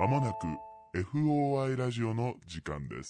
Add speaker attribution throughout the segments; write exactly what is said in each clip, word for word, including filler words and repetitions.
Speaker 1: まもなく エフオーアイ ラジオの時間です。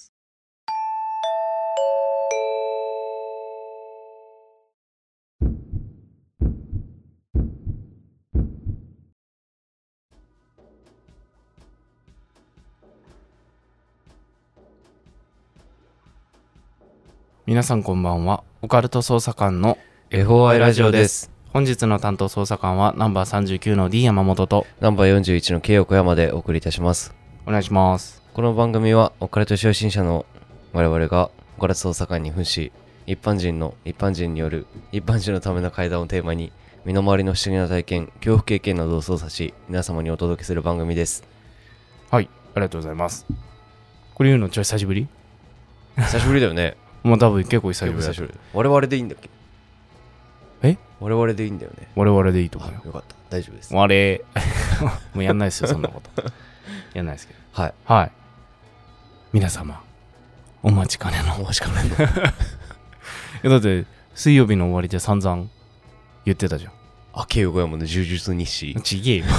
Speaker 2: 皆さんこんばんは。オカルト捜査官の
Speaker 3: エフオーアイ ラジオです。
Speaker 2: 本日の担当捜査官はナンバーさんじゅうきゅうの D 山本と
Speaker 3: ナンバーよんじゅういちの K 横山でお送りいたします。
Speaker 2: お願いします。
Speaker 3: この番組はオカルト初心者の我々がオカルト捜査官に扮し、一般人の一般人による一般人のための怪談をテーマに身の回りの不思議な体験、恐怖経験などを操作し皆様にお届けする番組です。
Speaker 2: はい、ありがとうございます。これ言うのちょい久しぶり
Speaker 3: 久しぶりだよね。
Speaker 2: もう多分結構久しぶりだ。
Speaker 3: 我々でいいんだっけ？
Speaker 2: え？
Speaker 3: 我々でいいんだよね。
Speaker 2: 我々でいいと思うよ。
Speaker 3: よかった、大丈夫です。
Speaker 2: 我もうやんないですよそんなことやんないですけど。
Speaker 3: はい
Speaker 2: はい。皆様お待ちかねの
Speaker 3: お待ちかねの
Speaker 2: えだって水曜日の終わりで散々言ってたじゃん。
Speaker 3: あ、K横山の呪術日誌。
Speaker 2: ちげえよ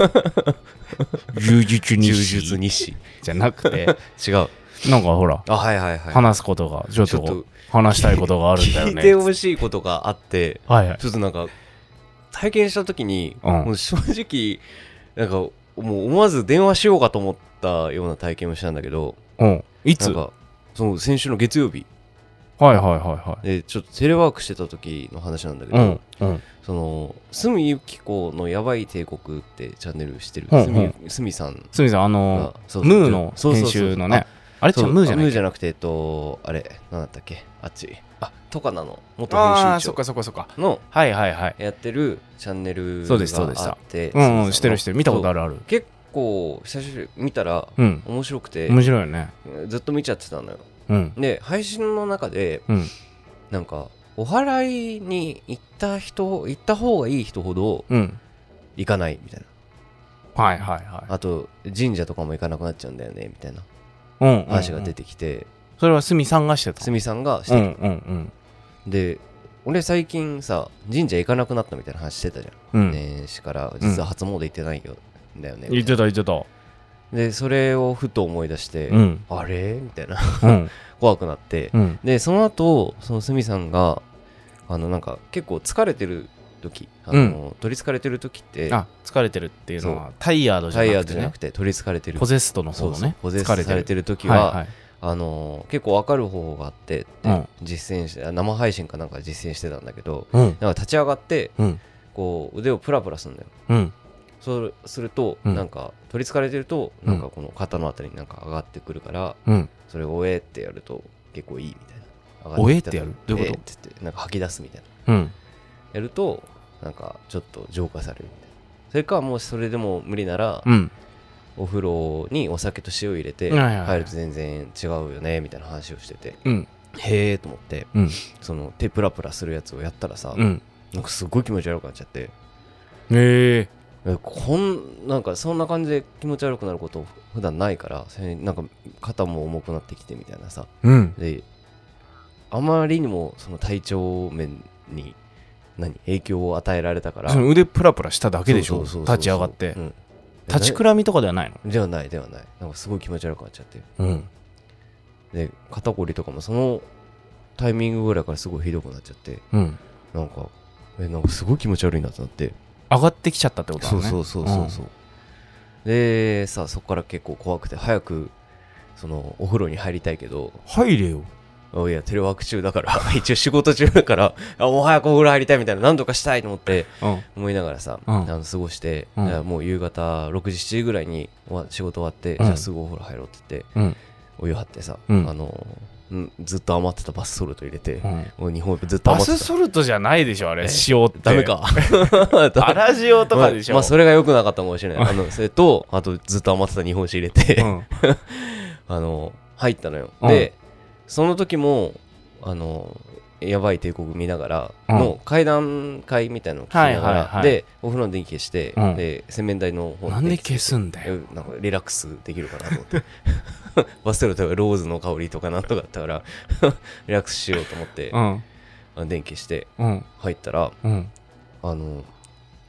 Speaker 2: 呪術日誌
Speaker 3: 呪術日誌
Speaker 2: じゃなくて
Speaker 3: 違う。
Speaker 2: なんかほら、
Speaker 3: あ、はいはいはい、
Speaker 2: 話すことがちょっと話したいことがあるんだよね。
Speaker 3: 聞いてほしいことがあって、
Speaker 2: はいはい、
Speaker 3: ちょっとなんか体験した時に、うん、もう正直なんかもう思わず電話しようかと思ったような体験をしたんだけど、
Speaker 2: うん、いつ？
Speaker 3: なんかその先週の月曜日、
Speaker 2: はいはいはいはい。
Speaker 3: でちょっとテレワークしてた時の話なんだけど、
Speaker 2: うんうん、
Speaker 3: その住ゆき子のやばい帝国ってチャンネル知ってる？
Speaker 2: うんうん、
Speaker 3: すみさん、
Speaker 2: すみさん、あのー、ムーの編集のね。あれ違う、ムーじゃない？
Speaker 3: ムーじゃなくて、えっと、あれ、なんだったっけ？あっち。あ、トカナの元編集長。
Speaker 2: あ、そっかそっかそっか。
Speaker 3: の、
Speaker 2: はいはいはい。
Speaker 3: やってるチャンネルがあって。
Speaker 2: そうですそうでした。
Speaker 3: うん
Speaker 2: うん、してるしてる。見たことあるある。
Speaker 3: 結構、久しぶり見たら、うん、面白くて。
Speaker 2: 面白いよね。
Speaker 3: ずっと見ちゃってたのよ。
Speaker 2: うん、
Speaker 3: で、配信の中で、うん、なんか、お祓いに行った人、行った方がいい人ほど、うん、行かないみたい
Speaker 2: な。はいはいはい。
Speaker 3: あと、神社とかも行かなくなっちゃうんだよね、みたいな。
Speaker 2: うん
Speaker 3: 話が出てきて、うんうんうん、
Speaker 2: それはすみさんがしてた。
Speaker 3: すみさんがしてた、うんうんうん、で俺最近さ神社行かなくなったみたいな話してたじゃん、うん、年始から実は初詣行ってないよ、うん、だよね。
Speaker 2: 言ってた言ってた。
Speaker 3: でそれをふと思い出して、うん、あれみたいな、うん、怖くなって、うん、でその後そのすみさんがあのなんか結構疲れてる時あの、うん、取り憑かれてる時って、
Speaker 2: あ、疲れてるっていうのはタイヤードじゃなくて、ね、タイヤードじゃなくて
Speaker 3: 取り憑かれてる
Speaker 2: ポゼストの方のね、
Speaker 3: そうそうポゼストされてる時は、はいはい、あの結構分かる方法があってって、うん、実践して生配信かなんか実践してたんだけど、うん、なんか立ち上がって、うん、こう腕をプラプラするんだよ、うん、そうすると、うん、なんか取り憑かれてると、うん、なんかこの肩のあたりになんか上がってくるから、うん、それをおえってやると結構いいみたいな。
Speaker 2: おえってやる？どういうこと？
Speaker 3: えって言ってなんか吐き出すみたいな、うん、やるとなんかちょっと浄化されるみたいな。それかもうそれでも無理なら、うん、お風呂にお酒と塩入れて入ると全然違うよねみたいな話をしてて、うん、へーと思って、うん、その手プラプラするやつをやったらさ、うん、なんかすごい気持ち悪くなっちゃって、
Speaker 2: へ
Speaker 3: ーこんなんかそんな感じで気持ち悪くなること普段ないから、それなんか肩も重くなってきてみたいなさ、うん、であまりにもその体調面に何影響を与えられたから、
Speaker 2: その腕プラプラしただけでしょ、立ち上がって、うん、立ちくらみとかではないの？
Speaker 3: ではないではない。なんかすごい気持ち悪くなっちゃって、うん、で肩こりとかもそのタイミングぐらいからすごいひどくなっちゃって、うん、なんかえなんかすごい気持ち悪いなとなって
Speaker 2: 上がってきちゃったってことだね。
Speaker 3: そうそうそうそうそう、うん、でさそこから結構怖くて早くそのお風呂に入りたいけど、
Speaker 2: 入れよ。
Speaker 3: いやテレワーク中だから一応仕事中だからあもう早くお風呂入りたいみたいな、何とかしたいと思って思いながらさ、うん、あの過ごして、うん、もう夕方ろくじしちじぐらいに仕事終わって、うん、じゃあすぐお風呂入ろうって言って、うん、お湯張ってさ、うん、あのんずっと余ってたバスソルト入れて、うん、もう日本ずっと余ってた。
Speaker 2: バスソルトじゃないでしょあれ、塩って
Speaker 3: ダメか
Speaker 2: あら塩とかでしょ、
Speaker 3: まあ、まあそれが良くなかったかもしれないあのそれとあとずっと余ってた日本酒入れて、うん、あの入ったのよ、うん、でその時もあのやばい帝国見ながらの階段階みたいなのを聞きながら、はいはいはい、でお風呂の電気消して、うん、で洗面台の方
Speaker 2: なんで消すんだよ、
Speaker 3: なんかリラックスできるかなと思ってバステロとかローズの香りとかなんとかだったからリラックスしようと思って、うん、電気消して、うん、入ったら、うん、あの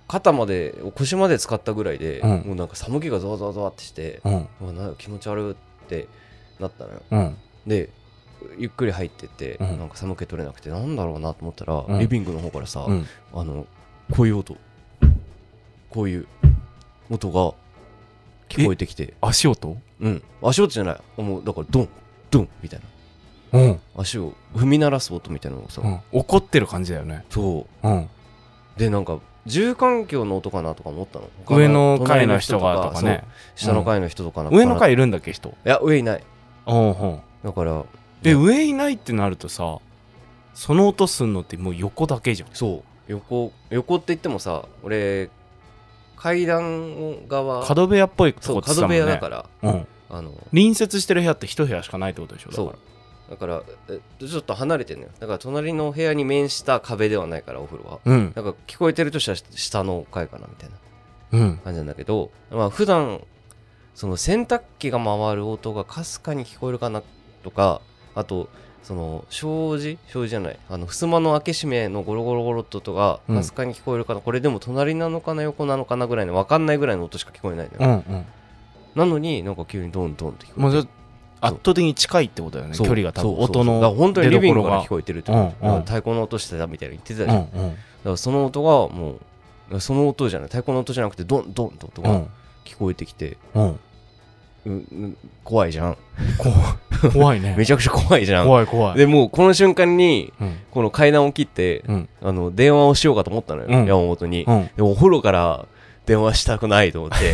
Speaker 3: 肩まで腰まで使ったぐらいで、
Speaker 2: うん、
Speaker 3: もうなんか寒気がゾワゾワゾワってして、うん、うわなんか気持ち悪いってなったのよ、うん、でゆっくり入ってって、うん、なんか寒気取れなくてなんだろうなと思ったら、うん、リビングの方からさ、うん、あのこういう音こういう音が聞こえてきて、
Speaker 2: 足音？
Speaker 3: うん足音じゃない、もうだからドンドンみたいな、うん、足を踏み鳴らす音みたいなのがさ、うん、
Speaker 2: 怒ってる感じだよね。
Speaker 3: そう、うん、でなんか住環境の音かなとか思ったの。
Speaker 2: 上の階の人がとかね、
Speaker 3: 下の階の人とかな、
Speaker 2: うん、上の階いるんだっけ人？い
Speaker 3: や上いない。
Speaker 2: おうほう。
Speaker 3: だから
Speaker 2: で上いないってなるとさ、その音すんのってもう横だけじゃん。
Speaker 3: そう横横って言ってもさ、俺階段側
Speaker 2: 角部屋っぽいとこって
Speaker 3: 言ってたもんね。そう角部屋だから、うん、
Speaker 2: あの隣接してる部屋って一部屋しかないってことでしょ。だから
Speaker 3: そうだからえちょっと離れてるのよ。だから隣の部屋に面した壁ではないからお風呂は、うん、だから聞こえてるとしたら下の階かなみたいな感じなんだけど、うん、まあ普段その洗濯機が回る音がかすかに聞こえるかなとか、あとその障子障子じゃないあの襖の開け閉めのゴロゴロゴロっと音がかすかに聞こえるかな、うん、これでも隣なのかな横なのかなぐらいの分かんないぐらいの音しか聞こえないのよ、うんうん、なのになんか急にドンドンって聞こえて、
Speaker 2: 圧倒的に近いってことだよね。距離が多分音の
Speaker 3: だから本当にリビングから聞こえてるって、うんうん、太鼓の音してたみたいな言ってたじゃん、うんうん、だからその音がもうその音じゃない太鼓の音じゃなくてドンドンと音が聞こえてきて、うんうん、怖いじゃん
Speaker 2: 怖いね
Speaker 3: めちゃくちゃ怖いじゃん。
Speaker 2: 怖い怖い。
Speaker 3: でもうこの瞬間に、うん、この階段を切って、うん、あの電話をしようかと思ったのよ、うん、山本に、うん、でもお風呂から電話したくないと思って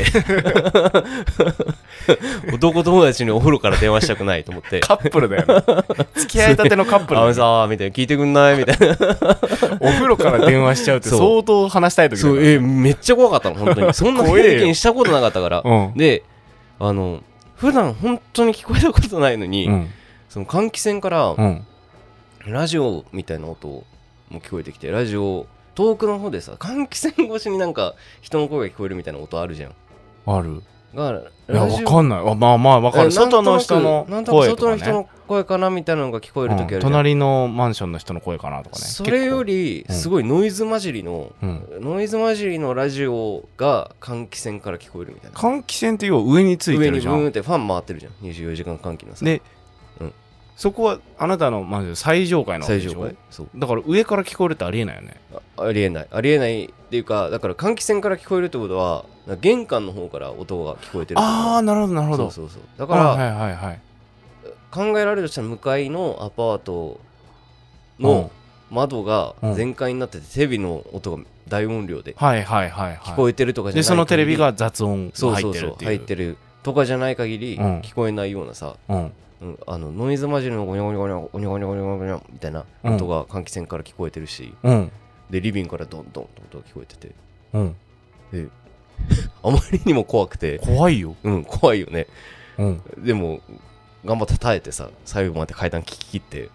Speaker 3: 男友達にお風呂から電話したくないと思って
Speaker 2: カップルだよね付き合いたてのカップルだよね。
Speaker 3: あのさーみたいな聞いてくんないみたいな
Speaker 2: お風呂から電話しちゃうって相当話したい時だよね。
Speaker 3: そう、えー、めっちゃ怖かったの本当にそんな経験したことなかったから、うん、であの普段本当に聞こえたことないのに、うん、その換気扇から、うん、ラジオみたいな音も聞こえてきて、ラジオ遠くの方でさ換気扇越しになんか人の声が聞こえるみたいな音あるじゃん。
Speaker 2: ある
Speaker 3: が
Speaker 2: いや分かんない。まあまあ分かる。外の人の声とか、ね、
Speaker 3: 外の人の声かなみたいなのが聞こえる時あるじゃん、うん、
Speaker 2: 隣のマンションの人の声かなとかね。
Speaker 3: それよりすごいノイズ混じりの、うん、ノイズ混じりのラジオが換気扇から聞こえるみたいな。
Speaker 2: 換気扇って要は上についてるじゃん。
Speaker 3: 上にブーンってファン回ってるじゃん、にじゅうよじかん換気のさ。
Speaker 2: で、うん、そこはあなたのマンション最上階なわけでしょ。そうだから上から聞こえるってありえないよね。
Speaker 3: あ, ありえないありえないっていうか、だから換気扇から聞こえるってことは玄関の方から音が聞こえてる。
Speaker 2: ああなるほどなるほど。
Speaker 3: そうそうそう。だから、はいはいはい、考えられるとしたら向かいのアパートの窓が全開になってて、テレビの音が大音量で聞こえてるとかじゃない、
Speaker 2: でそのテレビが雑音入ってるっていう、そうそうそう
Speaker 3: 入ってるとかじゃない限り聞こえないようなさ、うんうん、あのノイズ混じりのゴニョゴニョゴニョゴニョゴニョゴニョゴニョみたいな音が換気扇から聞こえてるし、うん、でリビングからドンドンと音が聞こえてて、うん、であまりにも怖くて
Speaker 2: 怖いよ、
Speaker 3: うん、怖いよね、うん、でも頑張って耐えてさ、最後まで階段聞き切って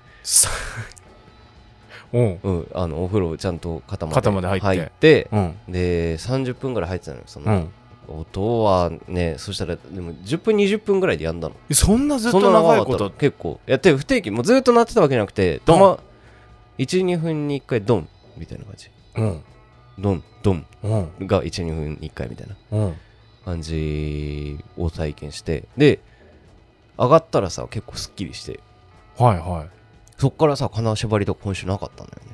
Speaker 3: うんうん、あのお風呂ちゃんと肩まで
Speaker 2: 肩まで入って、
Speaker 3: 入って、うん、でさんじゅっぷんぐらい入ってたのよその、うん音はね。そしたらでもじゅっぷんにじゅっぷんぐらいでやんだの。
Speaker 2: そんなずっと長いこと？
Speaker 3: 結構やって不定期もうずっと鳴ってたわけじゃなくて、ドン いちにふんにいっかいドンみたいな感じ、うん、ドンドンがいちにふんにいっかいみたいな感じを体験して、で上がったらさ結構すっきりして、
Speaker 2: はいはい、
Speaker 3: そっからさ金縛りとか今週なかったんだよね。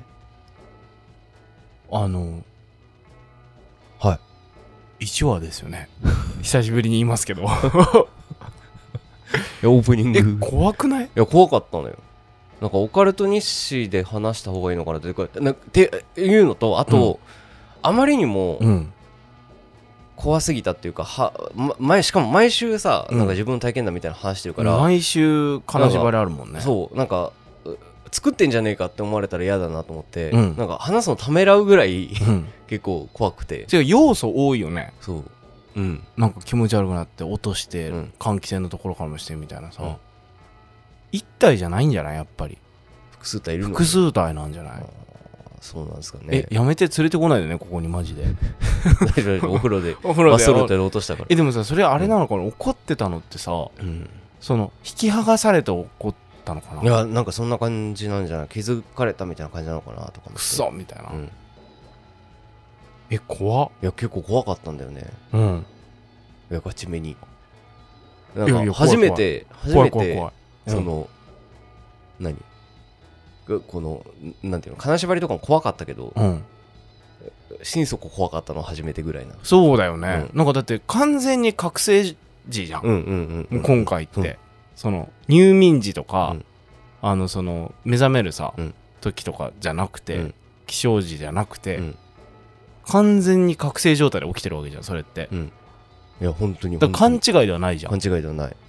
Speaker 2: あの
Speaker 3: はい
Speaker 2: いちわですよね久しぶりに言いますけどいや
Speaker 3: オープニング
Speaker 2: え怖くない？い
Speaker 3: や怖かったのよ。なんかオカルト日誌で話した方がいいのかなってっていうのと、あと、うん、あまりにも怖すぎたっていうかは、ま、前しかも毎週さ、うん、なんか自分の体験談みたいな話してるから、
Speaker 2: 毎週金縛りあるもんね。
Speaker 3: そうなんか作ってんじゃねえかって思われたら嫌だなと思って、うん、なんか話すのためらうぐらい、うん、結構怖くて。
Speaker 2: 違う要素多いよね。
Speaker 3: そう、うん、
Speaker 2: なんか気持ち悪くなって落として、うん、換気扇のところからもしてみたいなさ、うん、一体じゃないんじゃない？やっぱり
Speaker 3: 複数体いるの？
Speaker 2: 複数体なんじゃない？
Speaker 3: そうなんですかね。
Speaker 2: えやめて連れてこないでねここにマジで
Speaker 3: お風呂でお風呂でバスロートで落としたから。
Speaker 2: えでもさそれあれなのかな、うん、怒ってたのってさ、うん、その引き剥がされて怒ってたのかな。
Speaker 3: いやなんかそんな感じなんじゃない、気づかれたみたいな感じなのかなとか思って、
Speaker 2: クソみたいな、うん、 え怖っ。
Speaker 3: いや結構怖かったんだよね。
Speaker 2: うん。
Speaker 3: いやガチめになんか初めて初めてその何このなんていうの金縛りとかも怖かったけど、うん、心底怖かったのは初めてぐらいな。
Speaker 2: そうだよね、うん、なんかだって完全に覚醒時じゃん、うんうんうんうん、今回って、うん、その入眠時とか、うん、あのその目覚めるさ、うん、時とかじゃなくて、うん、起床時じゃなくて、うん、完全に覚醒状態で起きてるわけじゃんそれって、うん、
Speaker 3: いや本当に
Speaker 2: だから勘違いではないじゃん。
Speaker 3: 勘違いではない。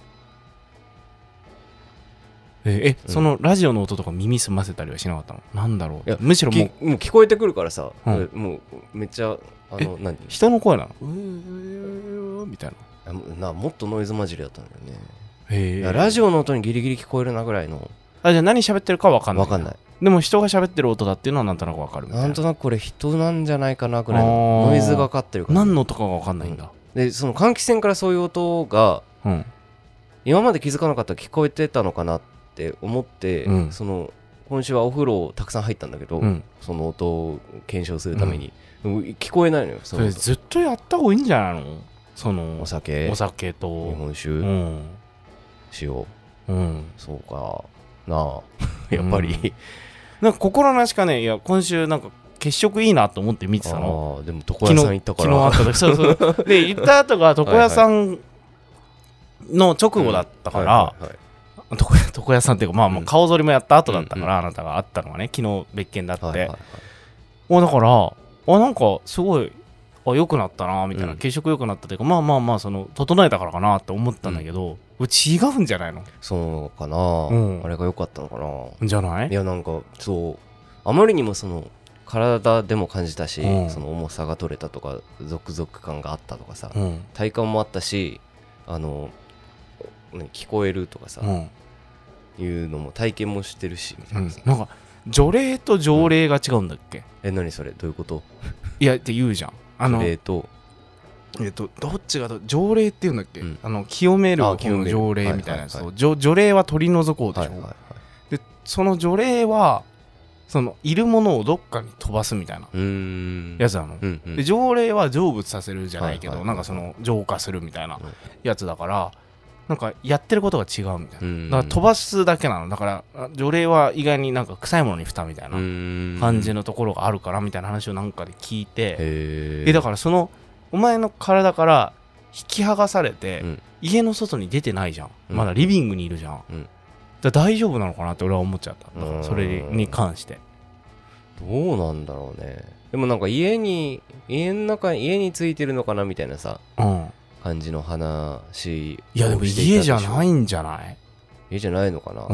Speaker 2: え, えそのラジオの音とか耳澄ませたりはしなかったの？なんだろう、いやむしろもう
Speaker 3: もう聞こえてくるからさ、うん、もうめっちゃあの何
Speaker 2: 人の声なの？うーみたい
Speaker 3: ななもっとノイズ混じりだったんだよね。へえ。ラジオの音にギリギリ聞こえるなぐらいの。
Speaker 2: あ、じゃあ何喋ってるか分かんない。
Speaker 3: 分かんない。
Speaker 2: でも人が喋ってる音だっていうのはなんとなく分かるみたいな。
Speaker 3: なんとなくこれ人なんじゃないかなぐらいのノイズがかかってるから。
Speaker 2: 何の音かが分かんないんだ、
Speaker 3: うん、でその換気扇からそういう音が、うん、今まで気づかなかったら聞こえてたのかなって思って、うん、その今週はお風呂たくさん入ったんだけど、うん、その音を検証するために、うん、聞こえないのよ。
Speaker 2: そ, それずっとやった方がいいんじゃないの？その
Speaker 3: お酒
Speaker 2: お酒と
Speaker 3: 日本酒、うん、塩、うん、そうかなあやっぱり、うん、
Speaker 2: なんか心なしかね、いや今週なんか血色いいなと思って見てたの。
Speaker 3: あでも床屋さん行ったから
Speaker 2: 昨日昨日あった時そうそうで行った後が床屋さんの直後だったから、床屋、床屋さんっていうかまあもう顔剃りもやった後だったから、うんうん、あなたが会ったのがね昨日別件だって、はいはいはい、おだからあなんかすごいあ良くなったなみたいな、うん、血色良くなったというかまあまあまあその整えたからかなって思ったんだけど、うん、違うんじゃないの？
Speaker 3: そうかな、うん、あれが良かったのかな
Speaker 2: じゃない？
Speaker 3: いやなんかそうあまりにもその体でも感じたし、うん、その重さが取れたとかゾクゾク感があったとかさ、うん、体感もあったしあの聞こえるとかさ、うん、いうのも体験もしてるしみたいなさ、
Speaker 2: うん、なんか除霊と条例が違うんだっけ、うん、
Speaker 3: え何それどういうこと？
Speaker 2: いやって言うじゃんあの
Speaker 3: 除霊と
Speaker 2: えっとどっちが条例っていうんだっけ、うん、あの清める方の条例みたいなやつ、はいはいはい、除霊は取り除こうでしょ、はいはいはい、でその除霊はそのいるものをどっかに飛ばすみたいなやつなの、うんうん、で条例は成仏させるじゃないけど、はいはいはいはい、なんかその浄化するみたいなやつだから、なんかやってることが違うみたいな、だから飛ばすだけなのだから除霊は意外になんか臭いものに蓋みたいな感じのところがあるからみたいな話をなんかで聞いて、えだからそのお前の体から引き剥がされて、うん、家の外に出てないじゃん、うん、まだリビングにいるじゃん、うん、だ大丈夫なのかなって俺は思っちゃった。だからそれに関して
Speaker 3: どうなんだろうね。でもなんか家に家の中に家についてるのかなみたいなさ、うん、感じの話。
Speaker 2: いやでも家じゃないんじゃない？
Speaker 3: 家じゃないのかな、うん、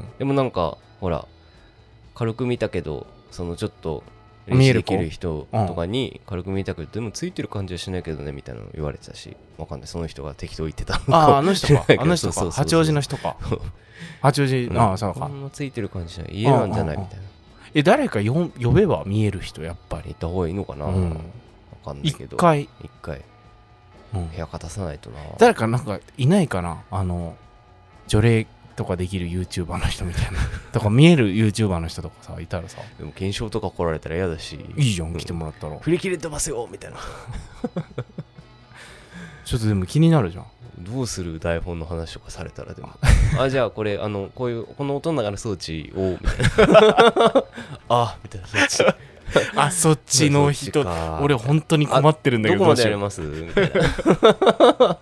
Speaker 3: でもなんかほら軽く見たけどそのちょっと練習できる人とかに軽く見たけど、うん、でもついてる感じはしないけどねみたいなの言われてたし、わかんないその人が適当言ってたのか。
Speaker 2: あああの人かあの人か八王子の人か八王子、うん、ああそうか、
Speaker 3: ついてる感じじゃない家なんじゃないみたいな。
Speaker 2: え誰かよ呼べば見える人やっぱり
Speaker 3: いた方がいいのかな、うん、わかんないけど
Speaker 2: 一回
Speaker 3: 一回、うん、部屋片さないとな。
Speaker 2: 誰かなんかいないかなあの除霊とかできる YouTuber の人みたいなとか見える YouTuber の人とかさいたらさ。
Speaker 3: でも検証とか来られたら嫌だし。
Speaker 2: いいじゃん、うん、来てもらったら
Speaker 3: 振り切れてますよみたいな
Speaker 2: ちょっとでも気になるじゃん。
Speaker 3: どうする台本の話とかされたらでもあじゃあこれあのこういうこの音の中の装置をみたいなあみたいな装置
Speaker 2: あそっちの人俺本当に困ってるんだけど
Speaker 3: どこまでやりますみたいな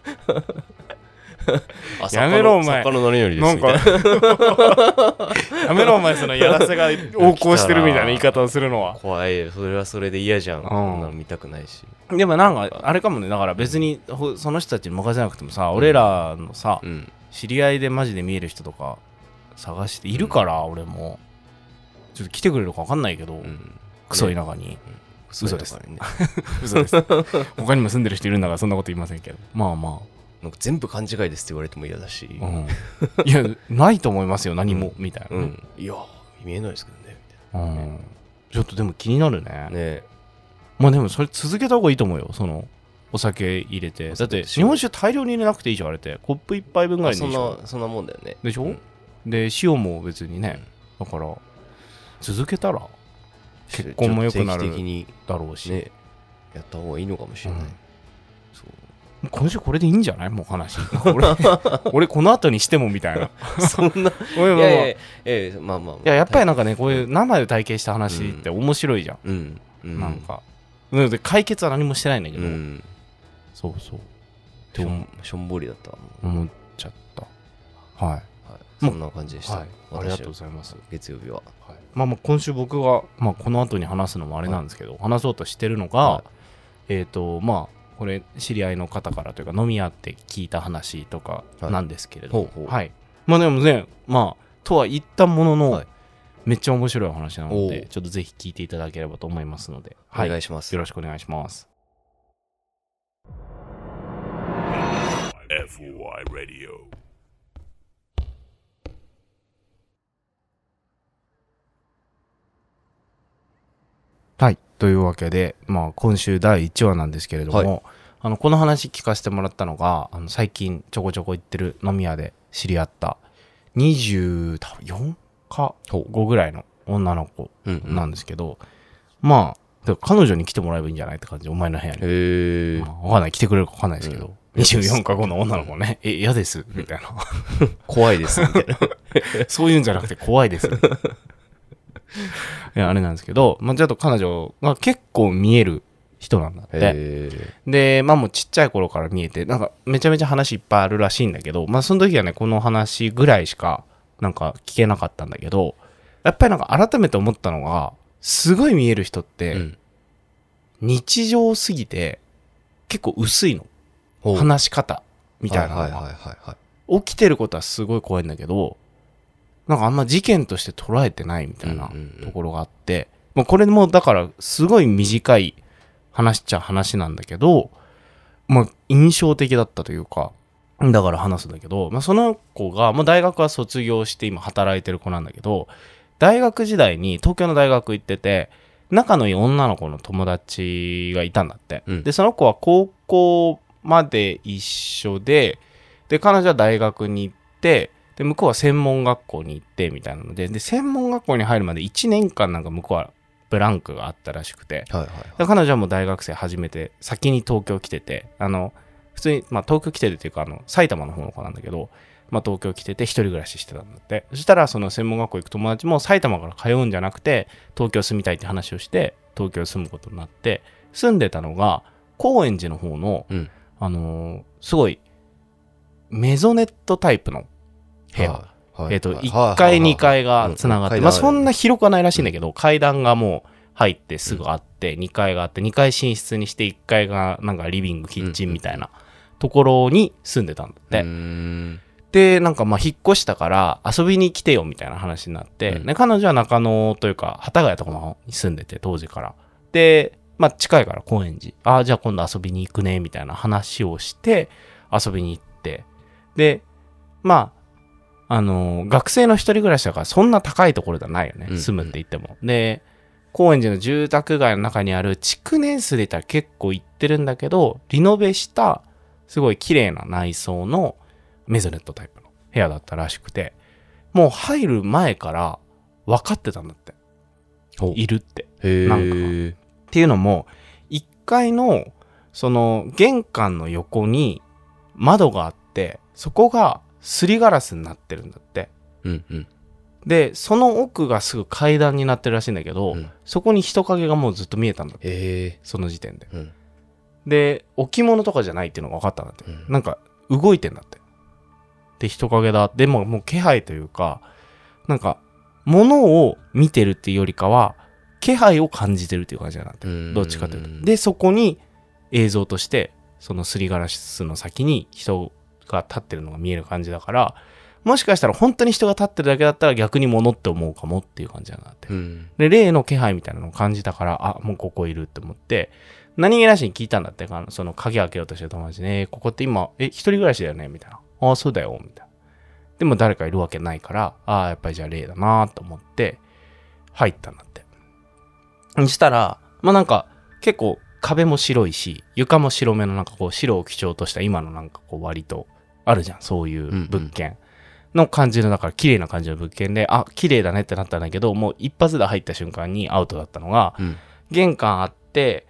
Speaker 2: やめろお前
Speaker 3: 作家の何よりですみたいな
Speaker 2: やめろお前そのやらせが横行してるみたいな言い方をするのは
Speaker 3: 怖い。それはそれで嫌じゃん、うん、そんなの見たくないし。
Speaker 2: でもなんかあれかもね、だから別にその人たちに任せなくてもさ、うん、俺らのさ、うん、知り合いでマジで見える人とか探しているから、うん、俺もちょっと来てくれるか分かんないけど、うん、クソ田舎に、ね、うん、嘘です、ね、嘘です他にも住んでる人いるんだからそんなこと言いませんけど、まあまあ
Speaker 3: なんか全部勘違いですって言われても嫌だし、うん、
Speaker 2: いやないと思いますよ何も、うん、みたいな、うん、
Speaker 3: いや見えないですけどねみたいな、うん、
Speaker 2: ちょっとでも気になるね。
Speaker 3: ね
Speaker 2: まあでもそれ続けた方がいいと思うよ。そのお酒入れてだって日本酒大量に入れなくていいじゃんあれってコップ一杯分ぐらいでいいでしょ。
Speaker 3: そんなそんなもんだよね
Speaker 2: でしょ、うん、で塩も別にね、うん、だから続けたら結婚も良くなるだろうし、ね、
Speaker 3: やった方がいいのかもしれない、うん、
Speaker 2: そう今週これでいいんじゃないもう話俺, 俺この後にしてもみたいな
Speaker 3: そんな
Speaker 2: 俺
Speaker 3: いやいやいやいやまあまあ、まあ、
Speaker 2: いややっぱりなんかねこういう生で体験した話って面白いじゃん、うんうん、なんかで解決は何もしてないんだけど、うん、そうそう
Speaker 3: しょんしょんぼりだった
Speaker 2: 思っちゃったはい、はい、
Speaker 3: そんな感じでした、
Speaker 2: はい、ありがとうございます。
Speaker 3: 月曜日は、
Speaker 2: はい、まあまあ今週僕が、まあ、この後に話すのもあれなんですけど、はい、話そうとしてるのが、はい、えっ、ー、とまあこれ知り合いの方からというか飲み屋って聞いた話とかなんですけれども、はい、はい、まあでもねまあとは言ったものの、はい、めっちゃ面白い話なのでちょっとぜひ聞いていただければと思いますので、
Speaker 3: はい、お願いします。
Speaker 2: よろしくお願いします。エフオーアイ Radio。はい、というわけで、まあ、今週だいいちわなんですけれども、はい、あのこの話聞かせてもらったのがあの最近ちょこちょこ行ってる飲み屋で知り合ったにじゅうよんかごぐらいの女の子なんですけど、うんうん、まあ彼女に来てもらえばいいんじゃないって感じ。お前の部屋に、
Speaker 3: へ、
Speaker 2: まあ、分かんない来てくれるか分かんないですけど、うん、にじゅうよんかごの女の子ね、うん、え嫌ですみたいな
Speaker 3: 怖いですみたいな
Speaker 2: そういうんじゃなくて怖いですいやあれなんですけど、まあ、ちょっと彼女が結構見える人なんだって。でまあもうちっちゃい頃から見えてなんかめちゃめちゃ話いっぱいあるらしいんだけど、まあその時はねこの話ぐらいしかなんか聞けなかったんだけど、やっぱりなんか改めて思ったのがすごい見える人って、うん、日常すぎて結構薄いの話し方みたいなのが起きてることはすごい怖いんだけどなんかあんま事件として捉えてないみたいなところがあって、もうこれもだからすごい短い話っちゃ話なんだけど、まあ印象的だったというか、だから話すんだけど、まあその子が、まあ大学は卒業して今働いてる子なんだけど、大学時代に東京の大学行ってて、仲のいい女の子の友達がいたんだって。うん、で、その子は高校まで一緒で、で、彼女は大学に行って、で向こうは専門学校に行ってみたいなので、で専門学校に入るまでいちねんかんなんか向こうはブランクがあったらしくて、はいはいはい、で彼女はもう大学生始めて先に東京来てて、あの普通に、まあ、東京来ててっていうかあの埼玉の方の子なんだけど、まあ、東京来てて一人暮らししてたんだって。そしたらその専門学校行く友達も埼玉から通うんじゃなくて東京住みたいって話をして東京住むことになって、住んでたのが高円寺の方の、うん、あのー、すごいメゾネットタイプの部屋、はいはい、えっと、いっかいにかいがつながって、まあそんな広くはないらしいんだけど、階段がもう入ってすぐあって、にかいがあって、にかい寝室にしていっかいがなんかリビング、キッチンみたいなところに住んでたんだって。うん、で、なんかまあ引っ越したから遊びに来てよみたいな話になって、うん、で彼女は中野というか、幡ヶ谷とかに住んでて、当時から。で、まあ近いから高円寺。ああ、じゃあ今度遊びに行くね、みたいな話をして、遊びに行って、で、まあ、あの学生の一人暮らしだからそんな高いところではないよね、うんうん、住むって言っても。で高円寺の住宅街の中にある築年数で言ったら結構行ってるんだけど、リノベしたすごい綺麗な内装のメゾネットタイプの部屋だったらしくて、もう入る前から分かってたんだって、いるって。へなんかっていうのもいっかいのその玄関の横に窓があって、そこがすりガラスになってるんだって、うんうん、でその奥がすぐ階段になってるらしいんだけど、うん、そこに人影がもうずっと見えたんだって、その時点で、うん、で置物とかじゃないっていうのが分かったんだって、うん、なんか動いてんだって。で人影だ。でももう気配というか、なんか物を見てるっていうよりかは気配を感じてるっていう感じになって、どっちかというと。でそこに映像としてそのすりガラスの先に人が立ってるのが見える感じだから、もしかしたら本当に人が立ってるだけだったら逆に物って思うかもっていう感じになって、うん、で霊の気配みたいなのを感じたから、あもうここいるって思って何気なしに聞いたんだって。その鍵開けようとしてる友達に、ね、ここって今え一人暮らしだよねみたいな。ああそうだよみたいな。でも誰かいるわけないから、ああやっぱりじゃあ霊だなと思って入ったんだって。そしたらまあなんか結構壁も白いし床も白めのなんかこう白を基調とした今のなんかこう割とあるじゃん、そういう物件の感じの、だから綺麗な感じの物件で、あ綺麗だねってなったんだけど、もう一発で入った瞬間にアウトだったのが、うん、玄関あって、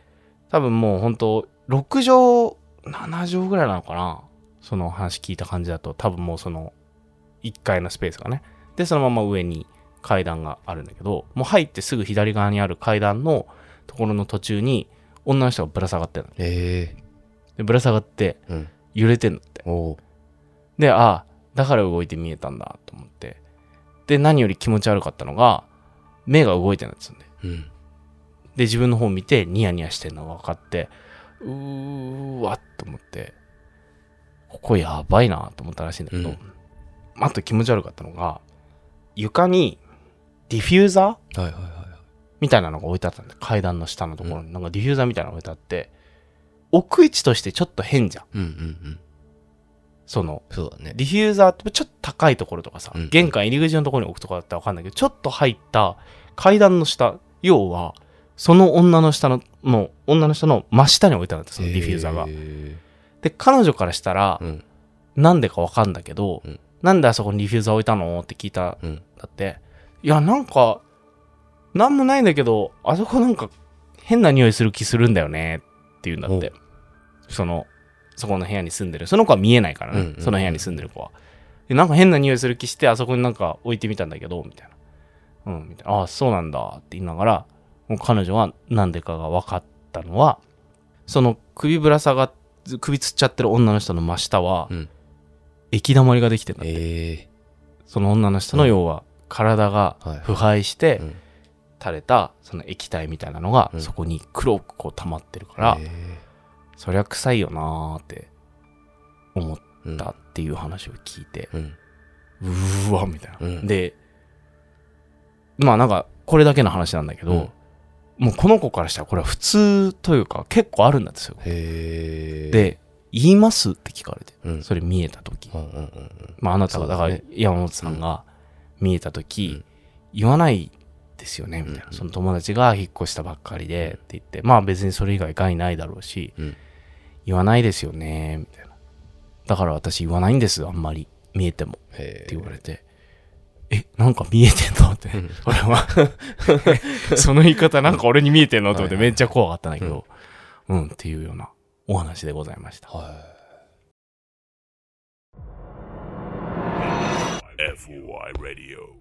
Speaker 2: 多分もうほんとろくじょうななじょうぐらいなのかな、その話聞いた感じだと。多分もうそのいっかいのスペースがね、でそのまま上に階段があるんだけど、もう入ってすぐ左側にある階段のところの途中に女の人がぶら下がってるの。
Speaker 3: え
Speaker 2: ー、でぶら下がって揺れてんのって、うん、で、ああだから動いて見えたんだと思って、で何より気持ち悪かったのが目が動いてるんですよね、うん、で自分の方を見てニヤニヤしてるのが分かって、うーわっと思って、ここやばいなと思ったらしいんだけど、うん、あと気持ち悪かったのが床にディフューザー、はいはいはい、みたいなのが置いてあったんで、階段の下のところになんかディフューザーみたいなのが置いてあって、置く位置としてちょっと変じゃん、うんうんうん、その
Speaker 3: そうだね、
Speaker 2: ディフューザーってちょっと高いところとかさ、うんうん、玄関入り口のところに置くとかだったら分かんないけど、ちょっと入った階段の下、要はその女の下のの女の下の真下に置いてあるんだ、そのディフューザーが。で彼女からしたら、うん、なんでか分かんだけど、うん、なんであそこにディフューザー置いたのって聞いた、うん、だって、いやなんかなんもないんだけど、あそこなんか変な匂いする気するんだよねって言うんだって。そのそこの部屋に住んでるその子は見えないからね、うんうんうん、その部屋に住んでる子は。でなんか変な匂いする気してあそこになんか置いてみたんだけどみたいな、うんみたいな、ああそうなんだって言いながら、もう彼女はなんでかが分かったのは、その首ぶら下が首つっちゃってる女の人の真下は、うん、液だまりができてるんだって、えー、その女の人の要は、うん、体が腐敗して垂れたその液体みたいなのがそこに黒くこう溜まってるから、うん、そりゃ臭いよなーって思ったっていう話を聞いて、うん、うーわみたいな、うん、でまあなんかこれだけの話なんだけど、うん、もうこの子からしたらこれは普通というか結構あるんですよ。へー。で言いますって聞かれて、うん、それ見えた時、うんうんうんうん、まああなたがだから山本さんが見えた時、うん、言わないですよねみたいな、うん、その友達が引っ越したばっかりでって言って、まあ別にそれ以外害ないだろうし、うん、言わないですよねみたいな、だから私言わないんですあんまり見えてもって言われて、えなんか見えてんのって、うん、俺はその言い方なんか俺に見えてんのと思ってめっちゃ怖かったんだけど、うん、うん、っていうようなお話でございました。はい。エフオーアイ Radio。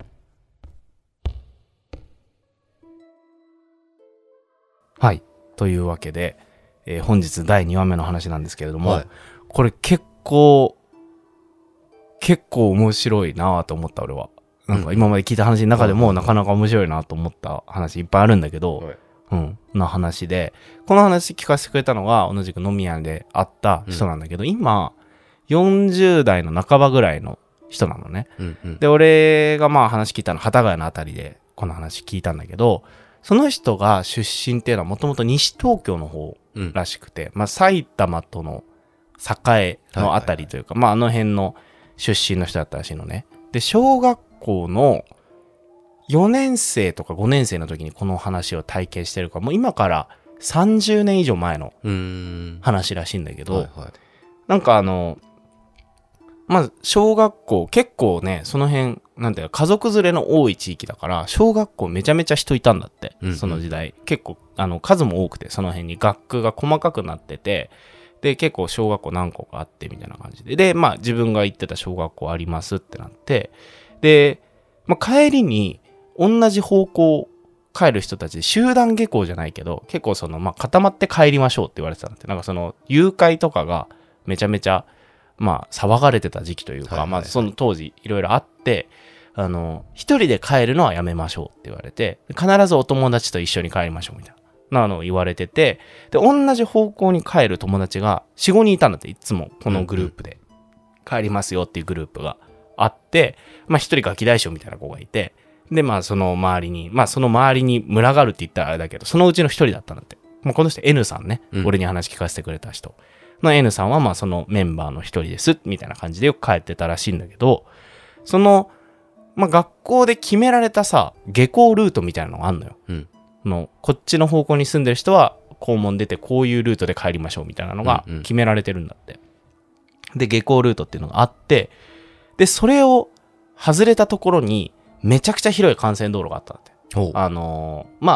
Speaker 2: はい。というわけで、えー、本日だいにわめの話なんですけれども、はい、これ結構、結構面白いなと思った俺は。なんか今まで聞いた話の中でもなかなか面白いなと思った話いっぱいあるんだけど、はい、うん、の話で、この話聞かせてくれたのが同じく飲み屋で会った人なんだけど、うん、今、よんじゅうだいの半ばぐらいの人なのね。うんうん、で、俺がまあ話聞いたのは幡ヶ谷のあたりでこの話聞いたんだけど、その人が出身っていうのはもともと西東京の方らしくて、うん、まあ埼玉との境のあたりというか、はいはいはい、まああの辺の出身の人だったらしいのね。で、小学校のよねんせいとかごねんせいの時にこの話を体験してるから、もう今からさんじゅうねん以上前の話らしいんだけど、はいはい、なんかあのまず小学校結構ね、その辺なんていうの家族連れの多い地域だから小学校めちゃめちゃ人いたんだって、うんうん、その時代結構あの数も多くて、その辺に学区が細かくなってて、で結構小学校何個かあってみたいな感じで、でまあ自分が行ってた小学校ありますってなって、で、まあ、帰りに同じ方向帰る人たちで集団下校じゃないけど結構そのまあ固まって帰りましょうって言われてたんだって。なんかその誘拐とかがめちゃめちゃまあ騒がれてた時期というか、はいはいはい、まあその当時いろいろあって、あの一人で帰るのはやめましょうって言われて、必ずお友達と一緒に帰りましょうみたいなのを言われてて、で同じ方向に帰る友達が よん,ご 人いたんだって。いつもこのグループで帰りますよっていうグループがあって、まあ一人ガキ大将みたいな子がいて、でまあその周りにまあその周りに群がるって言ったらあれだけど、そのうちの一人だったんだって。まあ、この人 N さんね、うん、俺に話聞かせてくれた人の N さんはまあそのメンバーの一人ですみたいな感じでよく帰ってたらしいんだけど、そのまあ学校で決められたさ下校ルートみたいなのがあんのよ、うん、のこっちの方向に住んでる人は校門出てこういうルートで帰りましょうみたいなのが決められてるんだって、うんうん、で下校ルートっていうのがあって、でそれを外れたところにめちゃくちゃ広い幹線道路があったんだって。あのー、まあ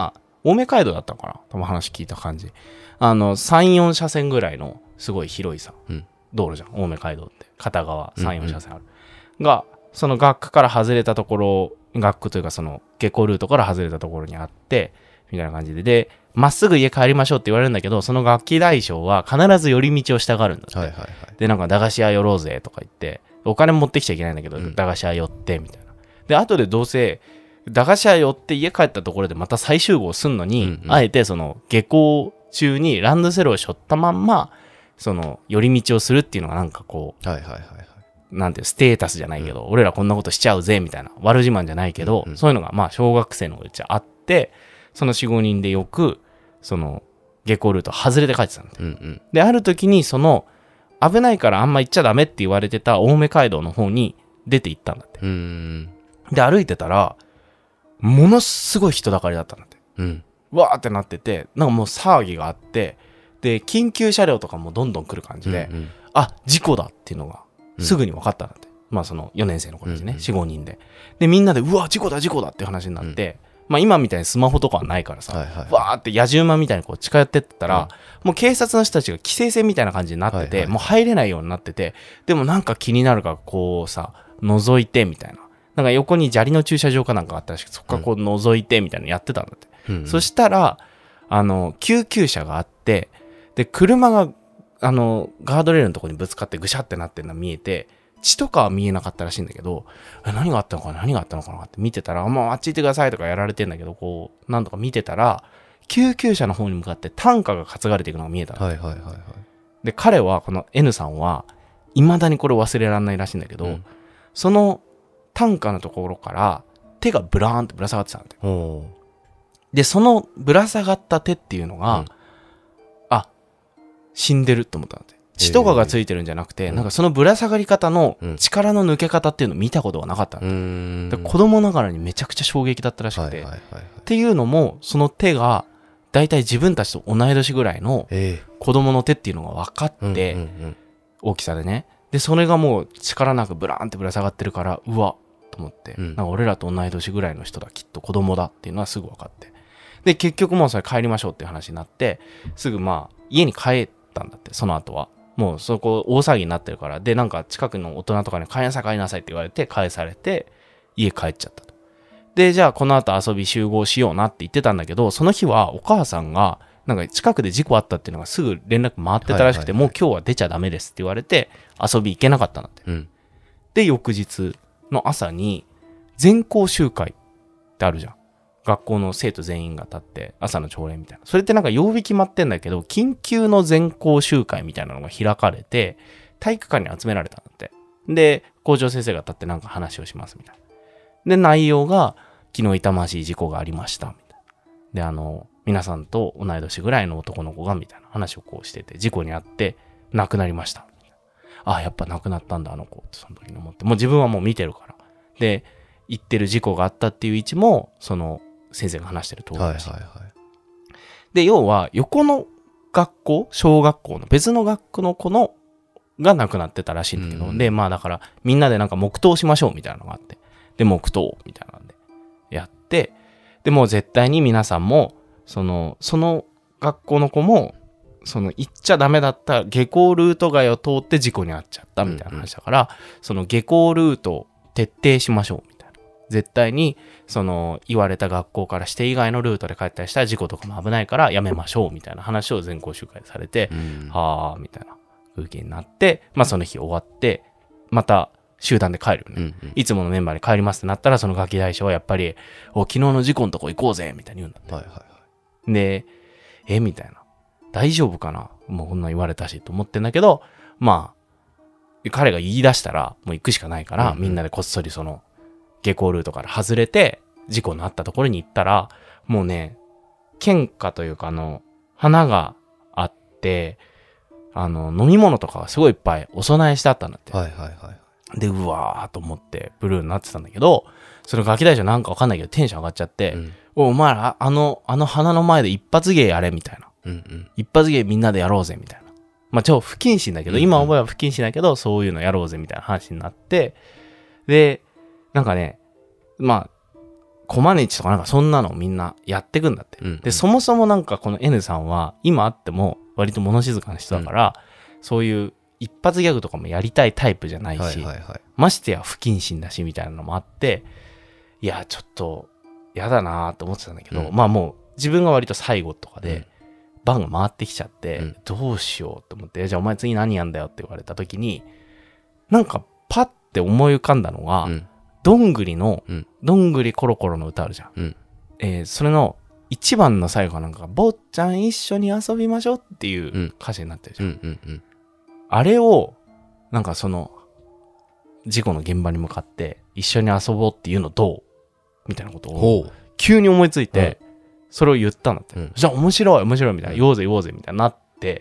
Speaker 2: 青梅街道だったのかな多分話聞いた感じ。あの、さん、よん車線ぐらいのすごい広いさ、うん、道路じゃん。青梅街道って。片側さん、よん車線ある。うんうん、が、その学区から外れたところ、学区というかその下校ルートから外れたところにあって、みたいな感じで。で、まっすぐ家帰りましょうって言われるんだけど、その楽器大将は必ず寄り道をしたがるんだって。はいはいはい、で、なんか駄菓子屋寄ろうぜとか言って、お金持ってきちゃいけないんだけど、うん、駄菓子屋寄ってみたいな。で、後でどうせ、駄菓子屋寄って家帰ったところでまた再集合すんのに、うんうん、あえてその下校中にランドセルを背負ったまんま、その寄り道をするっていうのがなんかこう、はいはいはいはい、なんていうステータスじゃないけど、うん、俺らこんなことしちゃうぜみたいな、悪自慢じゃないけど、うんうん、そういうのがまあ小学生のうちあって、そのよん、ごにんでよく、その下校ルート外れて帰ってたんだ、うんうん、で、ある時にその危ないからあんま行っちゃダメって言われてた青梅街道の方に出て行ったんだって。うん、で、歩いてたら、ものすごい人だかりだったんだって。うん、わーってなってて、なんかもう騒ぎがあって、で、緊急車両とかもどんどん来る感じで、うんうん、あ、事故だっていうのがすぐに分かったんだって。うん、まあそのよねん生の子たちね、うんうん、よん、ごにんで。で、みんなで、うわ、事故だ、事故だって話になって、うん、まあ今みたいにスマホとかはないからさ、はいはいはい、わーって野じ馬みたいにこう近寄ってったら、うん、もう警察の人たちが規制線みたいな感じになってて、はいはい、もう入れないようになってて、でもなんか気になるからこうさ、覗いてみたいな。なんか横に砂利の駐車場かなんかあったらしく、そこからこう覗いてみたいなのやってたんだって。うん、そしたら、あの、救急車があって、で、車が、あの、ガードレールのところにぶつかってぐしゃってなってるのが見えて、血とかは見えなかったらしいんだけど、え、何があったのかな何があったのかなって見てたら、もうあっち行ってくださいとかやられてんだけど、こう、なんとか見てたら、救急車の方に向かって担架が担がれていくのが見えた。はいはいはいはい。で、彼は、この N さんは、未だにこれ忘れられないらしいんだけど、うん、その担架のところから手がブラーンってぶら下がってたんだよ。で、そのぶら下がった手っていうのが、うん、あ、死んでるって思ったんだって。血とかがついてるんじゃなくて、えー、なんかそのぶら下がり方の力の抜け方っていうのを見たことがなかったんだって。で、子供ながらにめちゃくちゃ衝撃だったらしくて、はいはいはいはい、っていうのも、その手がだいたい自分たちと同い年ぐらいの子供の手っていうのが分かって、えーうんうんうん、大きさでね。で、それがもう力なくブラーンってぶら下がってるから、うわと思って、うん、なんか俺らと同い年ぐらいの人だ、きっと子供だっていうのはすぐ分かって。で、結局もうそれ帰りましょうっていう話になって、すぐまあ、家に帰ったんだって、その後は。もうそこ大騒ぎになってるから。で、なんか近くの大人とかに帰りなさい帰りなさいって言われて、返されて、家帰っちゃったと。で、じゃあこの後遊び集合しようなって言ってたんだけど、その日はお母さんが、なんか近くで事故あったっていうのがすぐ連絡回ってたらしくて、はいはいはい、もう今日は出ちゃダメですって言われて、遊び行けなかったんだって。うん、で、翌日の朝に、全校集会ってあるじゃん。学校の生徒全員が立って朝の朝礼みたいな。それってなんか曜日決まってんだけど、緊急の全校集会みたいなのが開かれて、体育館に集められたんだって。で、校長先生が立ってなんか話をしますみたいな。で、内容が、昨日痛ましい事故がありましたみたいな。で、あの、皆さんと同い年ぐらいの男の子がみたいな話をこうしてて、事故にあって亡くなりましたみたいな。あ、やっぱ亡くなったんだあの子ってその時に思って、もう自分はもう見てるから。で、言ってる事故があったっていう位置も、その、先生が話してる通りだし、はいはいはい、で要は横の学校小学校の別の学区の子のが亡くなってたらしいんだけど、うん、でまあだからみんなでなんか黙祷しましょうみたいなのがあって、で黙祷みたいなんでやって、でもう絶対に皆さんもそのその学校の子もその行っちゃダメだった下校ルート外を通って事故に遭っちゃったみたいな話だから、うんうん、その下校ルートを徹底しましょうみたいな、絶対にその言われた学校からして以外のルートで帰ったりしたら事故とかも危ないからやめましょうみたいな話を全校集会でされて、うん、はあみたいな空気になって、まあその日終わってまた集団で帰るよね、うんうん、いつものメンバーに帰りますってなったら、そのガキ大将はやっぱりお昨日の事故のとこ行こうぜみたいに言うんだって、はいはいはい、でえみたいな、大丈夫かな、もうこんなん言われたしと思ってんだけど、まあ彼が言い出したらもう行くしかないから、うんうん、みんなでこっそりその下校ルートから外れて事故のあったところに行ったら、もうね献花というかあの花があって、あの飲み物とかがすごいいっぱいお供えしてあったんだって、はいはいはい、でうわーと思ってブルーになってたんだけど、そのガキ大将なんかわかんないけどテンション上がっちゃって、うん、お, お前らあのあの花の前で一発芸やれみたいな、うんうん、一発芸みんなでやろうぜみたいな、まあ超不謹慎だけど、うんうん、今思えば不謹慎だけどそういうのやろうぜみたいな話になって、でなんかね、まあコマネチとかなんかそんなのをみんなやってくんだって、うんうん、でそもそもなんかこの N さんは今あっても割と物静かな人だから、うん、そういう一発ギャグとかもやりたいタイプじゃないし、はいはいはい、ましてや不謹慎だしみたいなのもあって、いやちょっとやだなと思ってたんだけど、うん、まあもう自分が割と最後とかで、うん、番が回ってきちゃって、うん、どうしようと思って、じゃあお前次何やんだよって言われた時になんかパッて思い浮かんだのが、うん、どんぐりの、うん、どんぐりコロコロの歌あるじゃん、うんえー、それの一番の最後なんか坊ちゃん一緒に遊びましょうっていう歌詞になってるじゃん、うんうんうんうん、あれをなんかその事故の現場に向かって一緒に遊ぼうっていうのどうみたいなことを急に思いついて、うん、それを言ったんだって、うん、じゃあ面白い面白いみたいな、言おうぜ言おうぜみたいになって、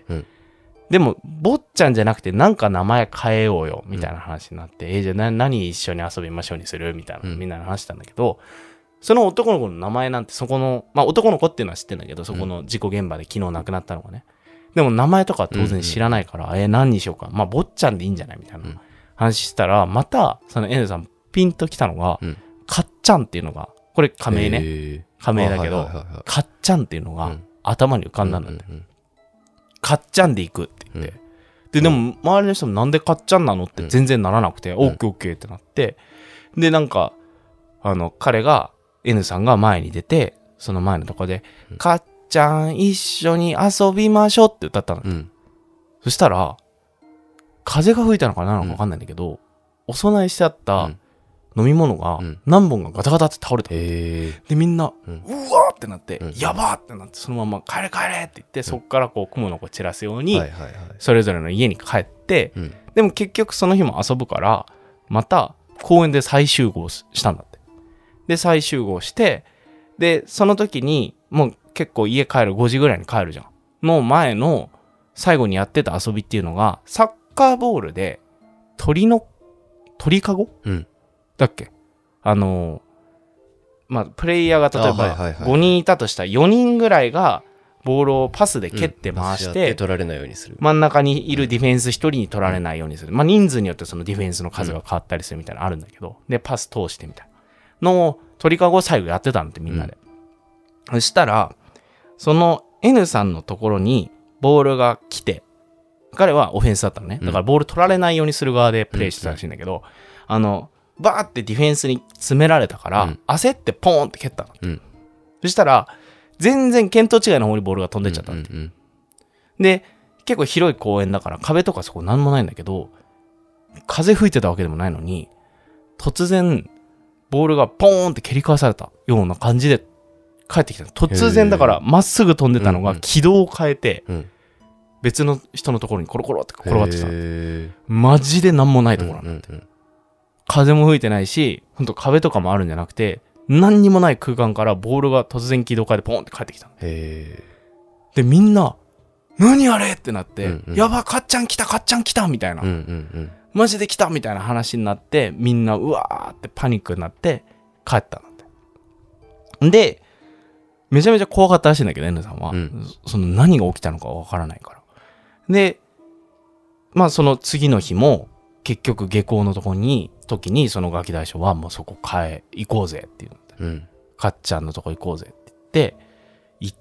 Speaker 2: うん、でも坊ちゃんじゃなくてなんか名前変えようよみたいな話になって、うん、えー、じゃあ 何, 何一緒に遊びましょうにするみたいな、うん、みんなで話したんだけど、その男の子の名前なんてそこのまあ男の子っていうのは知ってんだけど、そこの事故現場で昨日亡くなったのがね、でも名前とか当然知らないから、うんうん、えー、何にしようか、まあ坊ちゃんでいいんじゃないみたいな話したら、またその N さんピンときたのが、うん、かっちゃんっていうのが、これ仮名ね、仮名だけど、はいはいはいはい、かっちゃんっていうのが頭に浮かんだんだって、うんうんうん、かっちゃんで行くって言って、うん、ででも周りの人もなんでかっちゃんなのって全然ならなくて、うん、オッケーオッケーってなって、でなんかあの彼が N さんが前に出て、その前のとこで、うん、かっちゃん一緒に遊びましょうって歌ったの、うん、そしたら風が吹いたのか何なのか分かんないんだけど、うん、お供えしてあった飲み物が何本かガタガタって倒れた、うん、でみんな、うん、うわーってなって、うん、やばーってなって、そのまま帰れ帰れって言って、うん、そっからこう雲の子散らすように、はいはいはい、それぞれの家に帰って、うん、でも結局その日も遊ぶからまた公園で再集合したんだって。で再集合して、でその時にもう結構家帰るごじぐらいに帰るじゃんの前の最後にやってた遊びっていうのが、サッカーボールで鳥の鳥かご、うん、だっけ、あのー、まあプレイヤーが例えばごにんいたとしたらよにんぐらいがボールをパスで蹴って回して、うん、取られないようにする、真ん中にいるディフェンスひとりに取られないようにする、まあ人数によってそのディフェンスの数が変わったりするみたいなのあるんだけど、でパス通してみたいなのを鳥かごを最後やってたんでみんなで、うん、そしたらその N さんのところにボールが来て、彼はオフェンスだったのね、だからボール取られないようにする側でプレイしてたらしいんだけど、うん、あのバーってディフェンスに詰められたから、うん、焦ってポーンって蹴ったの、うん、そしたら全然見当違いの方にボールが飛んでっちゃったって、うんうんうん、で結構広い公園だから壁とかそこなんもないんだけど、風吹いてたわけでもないのに突然ボールがポーンって蹴り返されたような感じで帰ってきた。突然だからまっすぐ飛んでたのが軌道を変えて、うんうん、別の人のところにコロコロって転がってた。マジでなんもないところなんだって、うんうんうん、風も吹いてないし、ほんと壁とかもあるんじゃなくて、何にもない空間からボールが突然軌道変えてポンって帰ってきた。へー。でみんな何あれってなって、うんうん、やばかっちゃん来たかっちゃん来たみたいな、うんうんうん、マジで来たみたいな話になって、みんなうわーってパニックになって帰ったんだって。でめちゃめちゃ怖かったらしいんだけど N さんは、うん、その何が起きたのかわからないから。でまあその次の日も結局下校のとこに時にそのガキ大将はもうそこ帰行こうぜっていうので、うん、かっちゃんのとこ行こうぜって言って行って、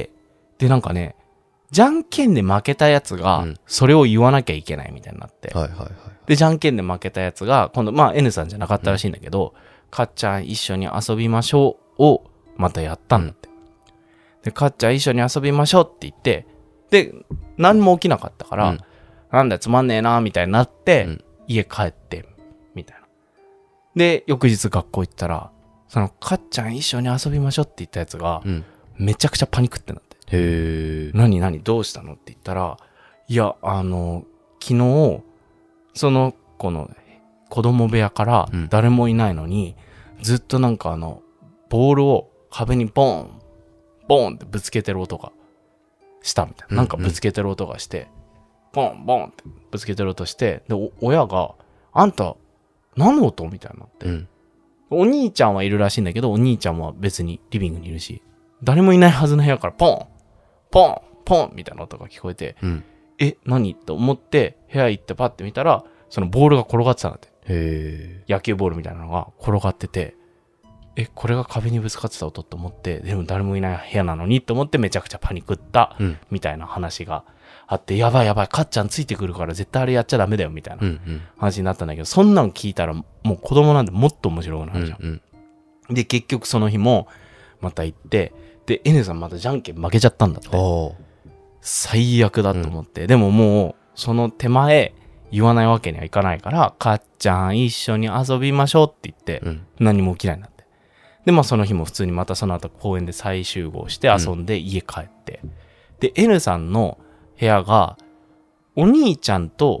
Speaker 2: でなんかねじゃんけんで負けたやつがそれを言わなきゃいけないみたいになって、うんはいはいはい、でじゃんけんで負けたやつが今度まあ N さんじゃなかったらしいんだけど、うん、かっちゃん一緒に遊びましょうをまたやったんだって、うん、でかっちゃん一緒に遊びましょうって言って、で何も起きなかったから、うん、なんだよつまんねえなみたいになって、うん、家帰ってみたいな。で翌日学校行ったら、そのかっちゃん一緒に遊びましょうって言ったやつが、うん、めちゃくちゃパニックってなって、へー、何何どうしたのって言ったら、いやあの昨日その子の子供部屋から誰もいないのに、うん、ずっとなんかあのボールを壁にボーンボーンってぶつけてる音がしたみたいな、なんかぶつけてる音がして、ボンボンってぶつけてる音して、で親があんた何の音みたいになって、うん、お兄ちゃんはいるらしいんだけど、お兄ちゃんは別にリビングにいるし、誰もいないはずの部屋からポンポンポンみたいな音が聞こえて、うん、え何と思って部屋行ってパッて見たら、そのボールが転がってたんだって、へー、野球ボールみたいなのが転がってて、 えこれが壁にぶつかってた音って思って、でも誰もいない部屋なのにと思ってめちゃくちゃパニックった、うん、みたいな話があって、やばいやばいかっちゃんついてくるから絶対あれやっちゃダメだよみたいな話になったんだけど、そんなん聞いたらもう子供なんでもっと面白くなるじゃん、うんうん、で結局その日もまた行って、で N さんまたじゃんけん負けちゃったんだって。最悪だと思って、うん、でももうその手前言わないわけにはいかないから、かっちゃん一緒に遊びましょうって言って、うん、何も起きないんだって。でまあその日も普通にまたその後公園で再集合して遊んで家帰って、うん、で N さんの部屋がお兄ちゃんと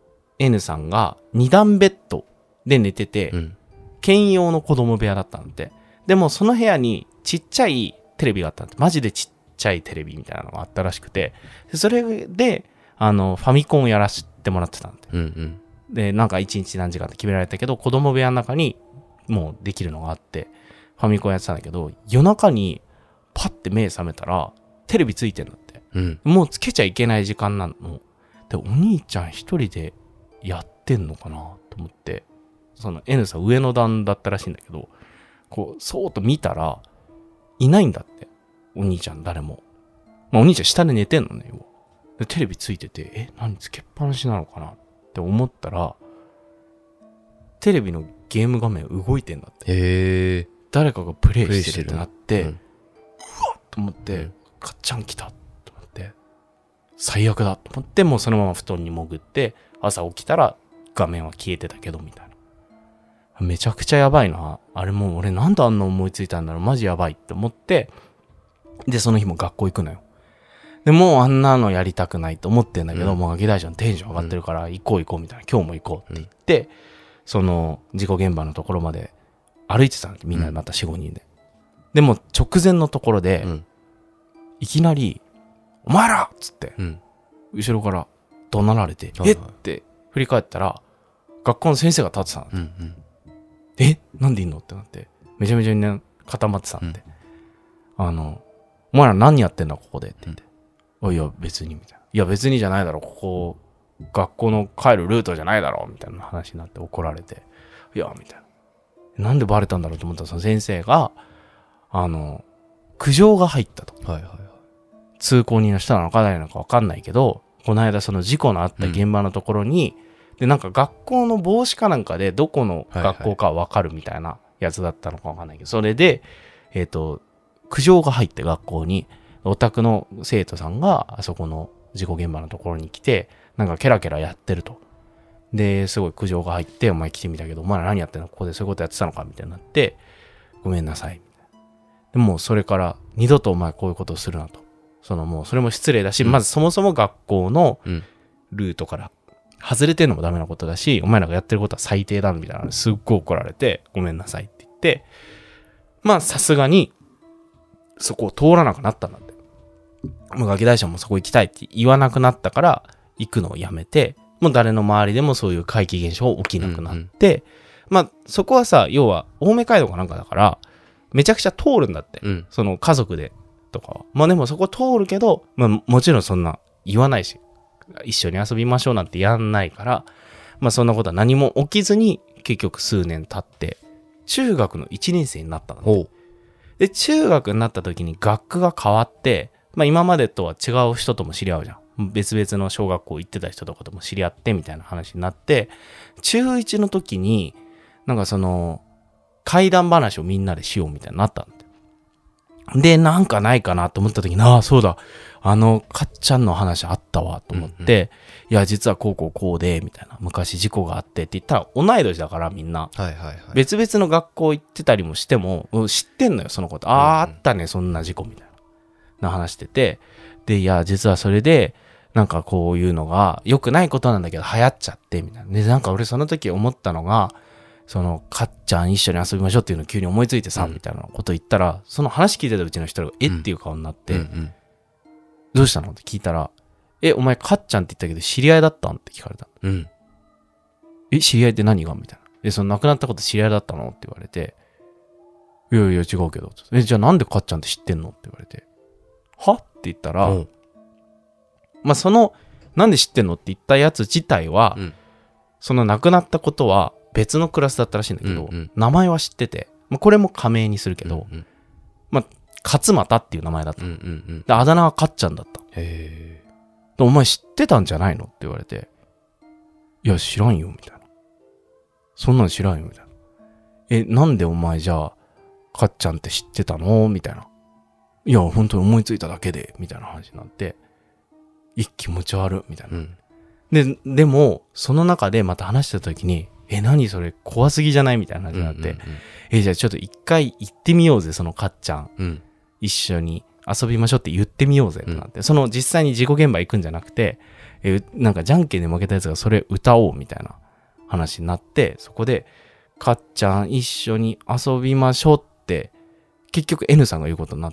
Speaker 2: N さんが二段ベッドで寝てて、うん、兼用の子供部屋だったんで、でもその部屋にちっちゃいテレビがあったんで、マジでちっちゃいテレビみたいなのがあったらしくて、でそれであのファミコンをやらせてもらってたんで、うんうん、でなんか一日何時間って決められたけど、子供部屋の中にもうできるのがあってファミコンやってたんだけど、夜中にパッて目覚めたらテレビついてんだって、うん、もうつけちゃいけない時間なので、お兄ちゃん一人でやってんのかなと思って、その N さん上の段だったらしいんだけど、こうそうと見たらいないんだって、お兄ちゃん誰も、まあ、お兄ちゃん下で寝てんのね。でテレビついてて、え何つけっぱなしなのかなって思ったら、テレビのゲーム画面動いてんだって。へー。誰かがプレイしてるってなって、うん、うわっと思って、うん、かっちゃん来たと思って、最悪だと思って、もうそのまま布団に潜って、朝起きたら画面は消えてたけどみたいな。めちゃくちゃやばいな。あれもう俺なんであんな思いついたんだろう、マジやばいって思って、でその日も学校行くのよ。でもうあんなのやりたくないと思ってんだけど、うん、もうガキ大将のテンション上がってるから、行こう行こうみたいな、今日も行こうって言って、うん、その事故現場のところまで歩いてたんで、みんなでまた よん,ご 人で。でも直前のところで、うん、いきなりお前らっつって、うん、後ろから怒鳴られて、はいはい、えって振り返ったら学校の先生が立ってたんだって、うんうん、えなんでいんのってなって、めちゃめちゃみんな固まってたんで、うん、あのお前ら何やってんだここでって言って、うん、いや別にみたいな、いや別にじゃないだろ、ここ学校の帰るルートじゃないだろみたいな話になって怒られて、いやみたいな、なんでバレたんだろうと思ったら、その先生があの苦情が入ったと、はいはいはい、通行人の人なのか誰なのか分かんないけど、この間その事故のあった現場のところに、うん、でなんか学校の帽子かなんかでどこの学校か分かるみたいなやつだったのか分かんないけど、それでえっと苦情が入って、学校にお宅の生徒さんがあそこの事故現場のところに来てなんかケラケラやってると、ですごい苦情が入って、お前来てみたけどお前ら何やってんの、ここでそういうことやってたのかみたいになって、ごめんなさいみたいな。でもうそれから二度とお前こういうことをするなと、そのもうそれも失礼だし、うん、まずそもそも学校のルートから外れてるのもダメなことだし、お前らがやってることは最低だみたいなのですっごい怒られて、ごめんなさいって言って、まあさすがにそこを通らなくなったんだって。もうガキ大将もそこ行きたいって言わなくなったから行くのをやめて、もう誰の周りでもそういう怪奇現象起きなくなって、うんうん、まあそこはさ、要は青梅街道かなんかだからめちゃくちゃ通るんだって、うん、その家族でとかは。まあでもそこ通るけど、まあもちろんそんな言わないし、一緒に遊びましょうなんてやんないから、まあそんなことは何も起きずに結局数年経って中学のいちねん生になったの。で中学になった時に学区が変わって、まあ今までとは違う人とも知り合うじゃん。別々の小学校行ってた人とかとも知り合ってみたいな話になって、中いちの時になんかその怪談話をみんなでしようみたいになったんで、でなんかないかなと思った時に、ああそうだ、あのかっちゃんの話あったわと思って、うんうん、いや実はこうこうこうでみたいな、昔事故があってって言ったら、同い年だからみんな、はいはいはい、別々の学校行ってたりもしても知ってんのよそのこと。ああ、うんうん、あったねそんな事故みたいなな話してて、でいや実はそれでなんかこういうのが良くないことなんだけど流行っちゃってみたいな。でなんか俺その時思ったのが、そのかっちゃん一緒に遊びましょうっていうのを急に思いついてさ、うん、みたいなこと言ったら、その話聞いてたうちの人がえっていう顔になって、うんうんうん、どうしたのって聞いたら、えお前かっちゃんって言ったけど知り合いだったんって聞かれた、うん、え知り合いって何がみたいな。でその亡くなったこと知り合いだったのって言われて、いやいや違うけど、えじゃあなんでかっちゃんって知ってんのって言われて、はって言ったら、うん、まあそのなんで知ってんのって言ったやつ自体は、うん、その亡くなったことは別のクラスだったらしいんだけど、うんうん、名前は知ってて、 まあ、これも仮名にするけど、うんうん、まあ勝俣っていう名前だった、うんうんうん、であだ名はかっちゃんだった。へー。でお前知ってたんじゃないのって言われて、いや知らんよみたいな、そんなん知らんよみたいな、えなんでお前じゃあかっちゃんって知ってたのみたいな、いや本当に思いついただけでみたいな話になって、いや気持ち悪みたいな、うん、ででもその中でまた話した時に、え何それ怖すぎじゃないみたいな話になって、うんうんうん、えじゃあちょっと一回行ってみようぜ、そのかっちゃん、うん、一緒に遊びましょうって言ってみようぜってなって、うん、その実際に事故現場行くんじゃなくて、えなんかじゃんけんで負けたやつがそれ歌おうみたいな話になって、そこでかっちゃん一緒に遊びましょうって結局 N さんが言うことになって、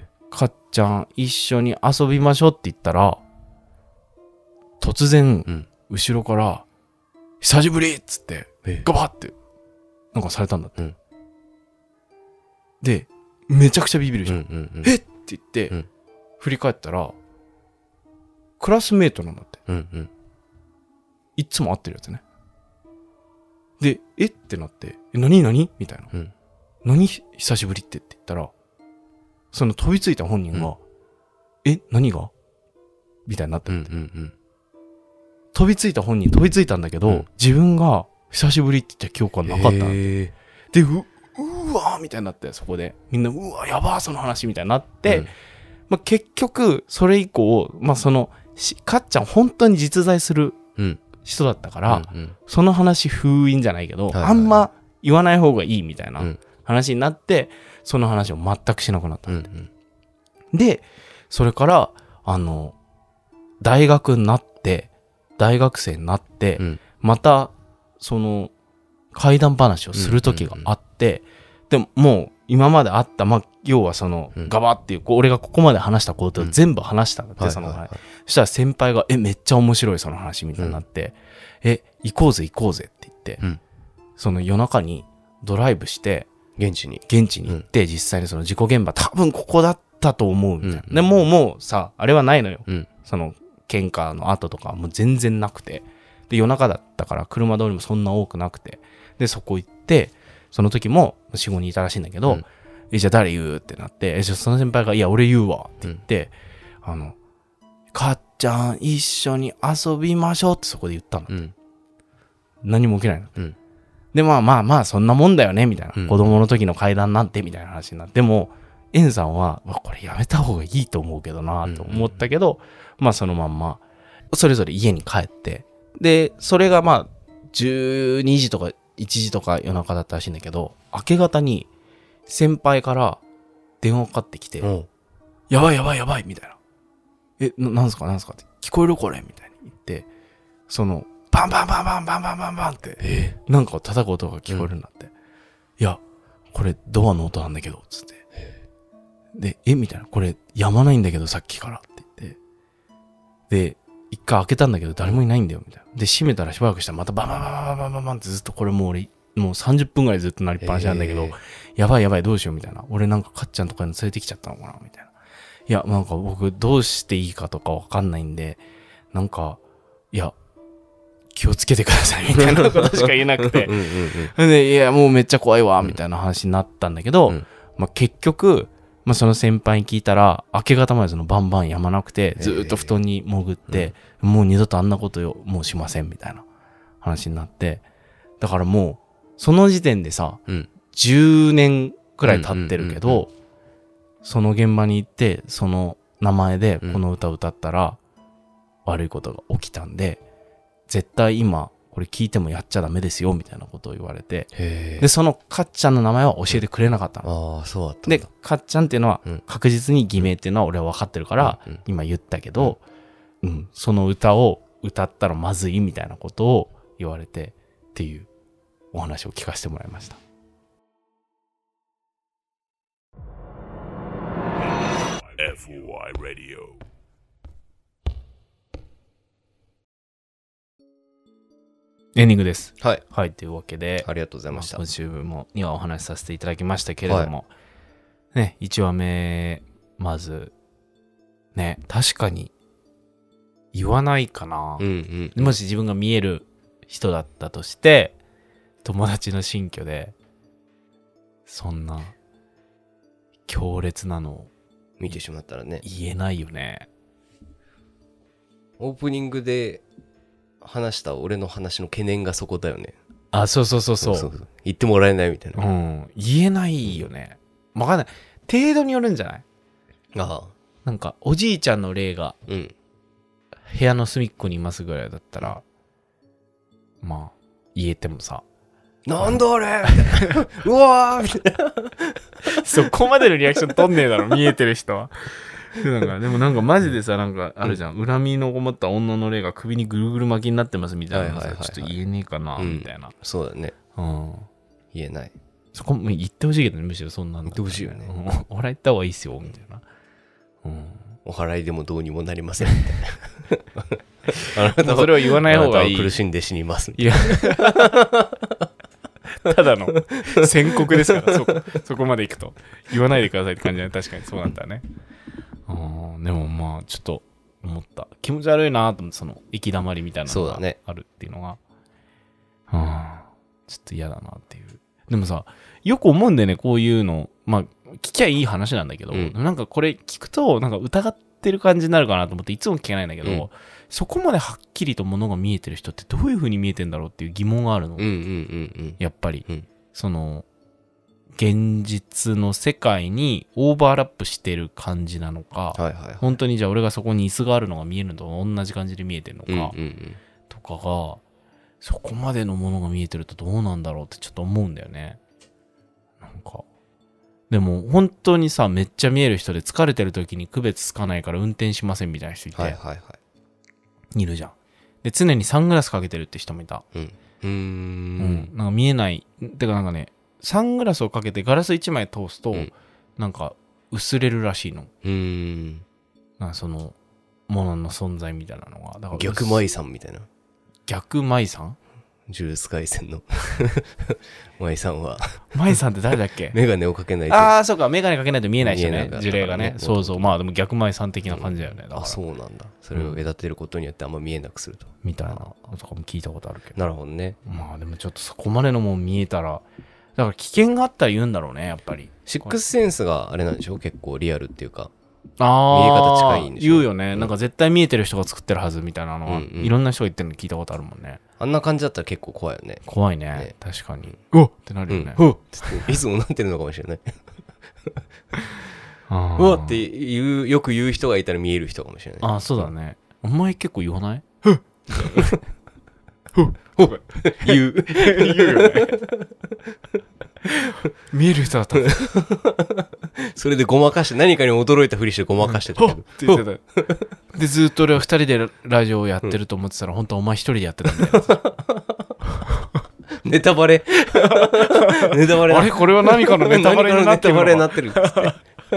Speaker 2: かっちゃん一緒に遊びましょうって言ったら、突然、うん、後ろから久しぶりっつってガバッってなんかされたんだって、うん、でめちゃくちゃビビるじゃん、うんうんうん、えっって言って、うん、振り返ったらクラスメートなんだって、うんうん、いつも会ってるやつね。でえってなって、え何何みたいな、うん、何久しぶりってって言ったら、その飛びついた本人が、うん、え何がみたいになったんだって、うんうんうん、飛びついた本人飛びついたんだけど、うん、自分が久しぶりって言った記憶はなかったんで、で う, うわーみたいになって、そこでみんなうわやばーその話みたいになって、うん、まあ、結局それ以降、まあ、そのかっちゃん本当に実在する人だったから、うんうん、その話封印じゃないけど、はいはい、あんま言わない方がいいみたいな話になって、うん、その話を全くしなくなったんで、うんうん、でそれからあの大学になって大学生になって、うん、またその怪談話をする時があって、うんうんうん、でももう今まであった、まあ、要はその、うん、ガバっていう俺がここまで話したことを全部話したんだって、うん、その、はいはいはい、そしたら先輩がえめっちゃ面白いその話みたいになって、うん、え行こうぜ行こうぜって言って、うん、その夜中にドライブして
Speaker 3: 現地に
Speaker 2: 現地に行って、うん、実際にその事故現場多分ここだったと思うみたいな、うん、でもうもうさあれはないのよ、うん、その喧嘩の後とかもう全然なくて、で夜中だったから車通りもそんな多くなくて、でそこ行ってその時も よん,ご 人いたらしいんだけど、うん、えじゃあ誰言うってなって、えその先輩がいや俺言うわって言って、うん、あのかっちゃん一緒に遊びましょうってそこで言ったの、うん、何も起きないの、うん、でまあまあまあそんなもんだよねみたいな、うん、子供の時の階段なんてみたいな話になって、でもエンさんはこれやめた方がいいと思うけどなと思ったけど、うんうんうん、まあそのまんまそれぞれ家に帰って、でそれがまあじゅうにじとかいちじとか夜中だったらしいんだけど、明け方に先輩から電話かかってきて、うん、やばいやばいやばいみたいな、えななんすかなんすかって聞こえるこれみたいに言って、そのバンバンバンバンバンバンバンバンってえなんか叩く音が聞こえるんだって、うん、いやこれドアの音なんだけどつって、でえみたいな、これやまないんだけどさっきからって言って、で一回開けたんだけど誰もいないんだよみたいな、で閉めたらしばらくしたらまたバンバンバンバンバンバンバンってずっと、これもう俺もうさんじゅっぷんぐらいずっと鳴りっぱなしなんだけど、やばいやばいどうしようみたいな、俺なんかかっちゃんとかに連れてきちゃったのかなみたいな、いやなんか僕どうしていいかとかわかんないんで、なんかいや気をつけてくださいみたいなことしか言えなくてうんうん、うん、でいやもうめっちゃ怖いわみたいな話になったんだけど、うん、まあ、結局、まあ、その先輩に聞いたら明け方までそのバンバンやまなくてずっと布団に潜って、うん、もう二度とあんなことよもうしませんみたいな話になって、だからもうその時点でさ、うん、じゅうねんくらい経ってるけど、うんうんうんうん、その現場に行ってその名前でこの歌を歌ったら悪いことが起きたんで、絶対今これ聞いてもやっちゃダメですよみたいなことを言われて、でそのかっちゃんの名前は教えてくれなかったの、うん、あそうだったんだ。でかっちゃんっていうのは確実に偽名っていうのは俺は分かってるから今言ったけど、うんうん、その歌を歌ったらまずいみたいなことを言われてっていうお話を聞かせてもらいました。エフオーアイ Radio。エンディングです。
Speaker 3: はい。
Speaker 2: はい。というわけで、
Speaker 3: ありがとうございました。
Speaker 2: 今週もにはお話しさせていただきましたけれども、はい、ね、いちわめ、まず、ね、確かに言わないかな、うんうんうん。もし自分が見える人だったとして、友達の新居で、 そんな強烈なのを
Speaker 3: 見てしまったらね
Speaker 2: 言えないよね。
Speaker 3: オープニングで話した俺の話の懸念がそこだよね。
Speaker 2: あ、そうそうそうそう。
Speaker 3: そうそうそう、言ってもらえないみたいな。
Speaker 2: うん、言えないよね。わかんない。程度によるんじゃない？
Speaker 3: ああ。
Speaker 2: なんかおじいちゃんの霊が部屋の隅っこにいますぐらいだったら、まあ言えてもさ、
Speaker 3: なんだあれみたいなうわーみたいな
Speaker 2: そこまでのリアクション取んねえだろ見えてる人は。なんかでもなんかマジでさ、なんかあるじゃん、うん、恨みのこもった女の霊が首にぐるぐる巻きになってますみたいなのさ、ちょっと言えねえかな、うん、みたいな。
Speaker 3: そうだね、うん、言えない。
Speaker 2: そこも言ってほしいけどね、むしろそんなんだ、ね、
Speaker 3: 言ってほしいよね、
Speaker 2: うん、お払い行った方がいいっすよみたいな、うん、お
Speaker 3: 払いでもどうにもなりませんみたいな
Speaker 2: あなたそれを言わない方がいい。
Speaker 3: 苦しんで死にます
Speaker 2: いやただの宣告ですからそ, そこまで行くと言わないでくださいって感じだね。確かにそうなんだね。あでもまあちょっと思った気持ち悪いなと思って、その行きだまりみたいなのがあるっていうのが、う、ね、ん、ちょっと嫌だなっていう。でもさ、よく思うんだよね、こういうの。まあ聞きゃいい話なんだけど、うん、なんかこれ聞くとなんか疑ってる感じになるかなと思っていつも聞けないんだけど、うん、そこまではっきりと物が見えてる人ってどういう風に見えてんだろうっていう疑問があるの、うんうんうんうん、やっぱり、うん、その現実の世界にオーバーラップしてる感じなのか、はいはいはい、本当にじゃあ俺がそこに椅子があるのが見えるのと同じ感じで見えてるのか、うんうんうん、とかがそこまでのものが見えてるとどうなんだろうってちょっと思うんだよね。なんかでも本当にさ、めっちゃ見える人で疲れてる時に区別つかないから運転しませんみたいな人いて、はいはいはい、いるじゃん。で常にサングラスかけてるって人もいた。うん、うーん、うん、なんか見えない。てかなんかね、サングラスをかけてガラスいちまい通すと、うん、なんか薄れるらしいの。うーん、なんかそのものの存在みたいなのが。だから
Speaker 3: 逆舞さんみたいな。
Speaker 2: 逆舞さん？
Speaker 3: ジュルス回線の舞さんは
Speaker 2: 舞さんって誰だっけ？
Speaker 3: メガネをかけないと。
Speaker 2: ああ、そうか、メガネかけないと見えないしね、樹齢がね。そうそう、まあでも逆舞さん的な感じだよね。
Speaker 3: うん、だからあ、そうなんだ。それを隔てることによってあんま見えなくすると。
Speaker 2: みたいなとかも聞いたことあるけど。
Speaker 3: なるほどね。
Speaker 2: まあでもちょっとそこまでのもん見えたら、だから危険があったら言うんだろうね、やっぱり。
Speaker 3: シックスセンスがあれなんでしょ？結構リアルっていうか。
Speaker 2: あ
Speaker 3: 見え方近いんでしょ。
Speaker 2: 言うよね、うん、なんか絶対見えてる人が作ってるはずみたいなのは、うんうん、いろんな人が言ってるの聞いたことあるもんね。
Speaker 3: あんな感じだったら結構怖いよね。
Speaker 2: 怖い ね, ね確かに。うわっってなるよね、
Speaker 3: うん、いつもなってるのかもしれない。あうわって言う、よく言う人がいたら見える人かもしれない。
Speaker 2: ああ、そうだね。お前結構言わない？ふっふっ言う言うよね。見える人だった
Speaker 3: それでごまかして何かに驚いたふりしてごまかしてたけど、うん、って言って
Speaker 2: た。でずっと俺はふたりでラジオをやってると思ってたら、うん、本当はお前一人でやってたんだよ。
Speaker 3: ネタバレネタバレ
Speaker 2: あれこれは何かのネタバレになってるのか。
Speaker 3: ネタバレになってるっつって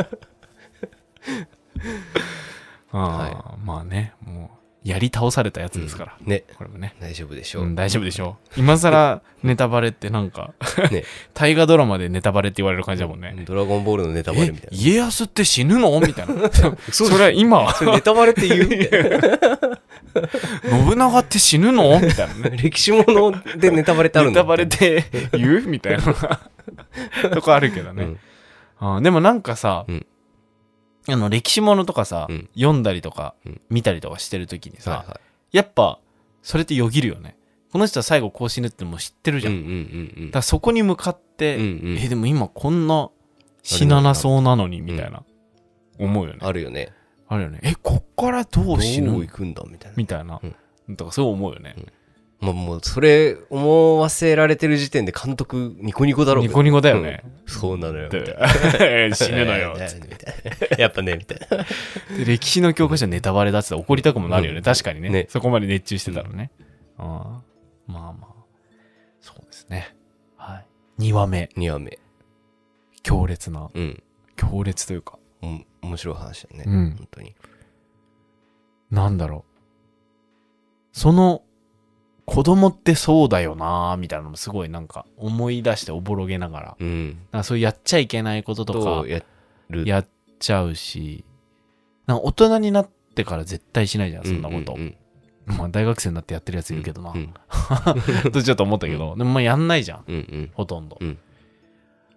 Speaker 2: あ、はい、まあね、もうやり倒されたやつですから、
Speaker 3: うん、ね、
Speaker 2: これもね
Speaker 3: 大丈夫でしょう、
Speaker 2: うん、大丈夫でしょう。今更ネタバレってなんかね、大河ドラマでネタバレって言われる感じだもんね。
Speaker 3: ドラゴンボールのネタバレみたいな。
Speaker 2: 家康って死ぬのみたいな。それは今
Speaker 3: それネタバレって言うみたいな。
Speaker 2: 信長って死ぬのみたいなね。
Speaker 3: 歴史ものでネタバレってあるの？
Speaker 2: ネタバレって言うみたいなとこあるけどね、うん、あでもなんかさ、うん、あの歴史ものとかさ、うん、読んだりとか、うん、見たりとかしてるときにさ、はいはい、やっぱそれってよぎるよね。この人は最後こう死ぬってもう知ってるじゃん、うんうんうんうん、だからそこに向かって、うんうん、えでも今こんな死ななそうなのにみたいな、うん、思うよね。
Speaker 3: あるよね。
Speaker 2: あるよね。えこっからどう死ぬ
Speaker 3: どう行くんだみたいな
Speaker 2: みたいな、うん、とかそう思うよね、うん。
Speaker 3: まあ、もうそれ思わせられてる時点で監督ニコニコだろう。
Speaker 2: ニコニコだよね、
Speaker 3: うん、そうなのよみたい
Speaker 2: な。死ぬのよ
Speaker 3: やっぱねみたいな。
Speaker 2: で歴史の教科書ネタバレだって怒りたくもなるよね、うん、確かに ね, ねそこまで熱中してたらね、うん、あまあまあそうですね。はい。にわめ
Speaker 3: にわめ
Speaker 2: 強烈な、うん、強烈というか、
Speaker 3: うん、面白い話だね、うん、本当に。
Speaker 2: なんだろう、その子供ってそうだよなーみたいなのもすごいなんか思い出しておぼろげながら、うん、なんかそういうやっちゃいけないこととかやるやっちゃうし、なんか大人になってから絶対しないじゃんそんなこと、うんうんうん、まあ大学生になってやってるやついるけどな、うんうん、とちょっと思ったけど、うん、でもまあやんないじゃん、うんうん、ほとんど、うん、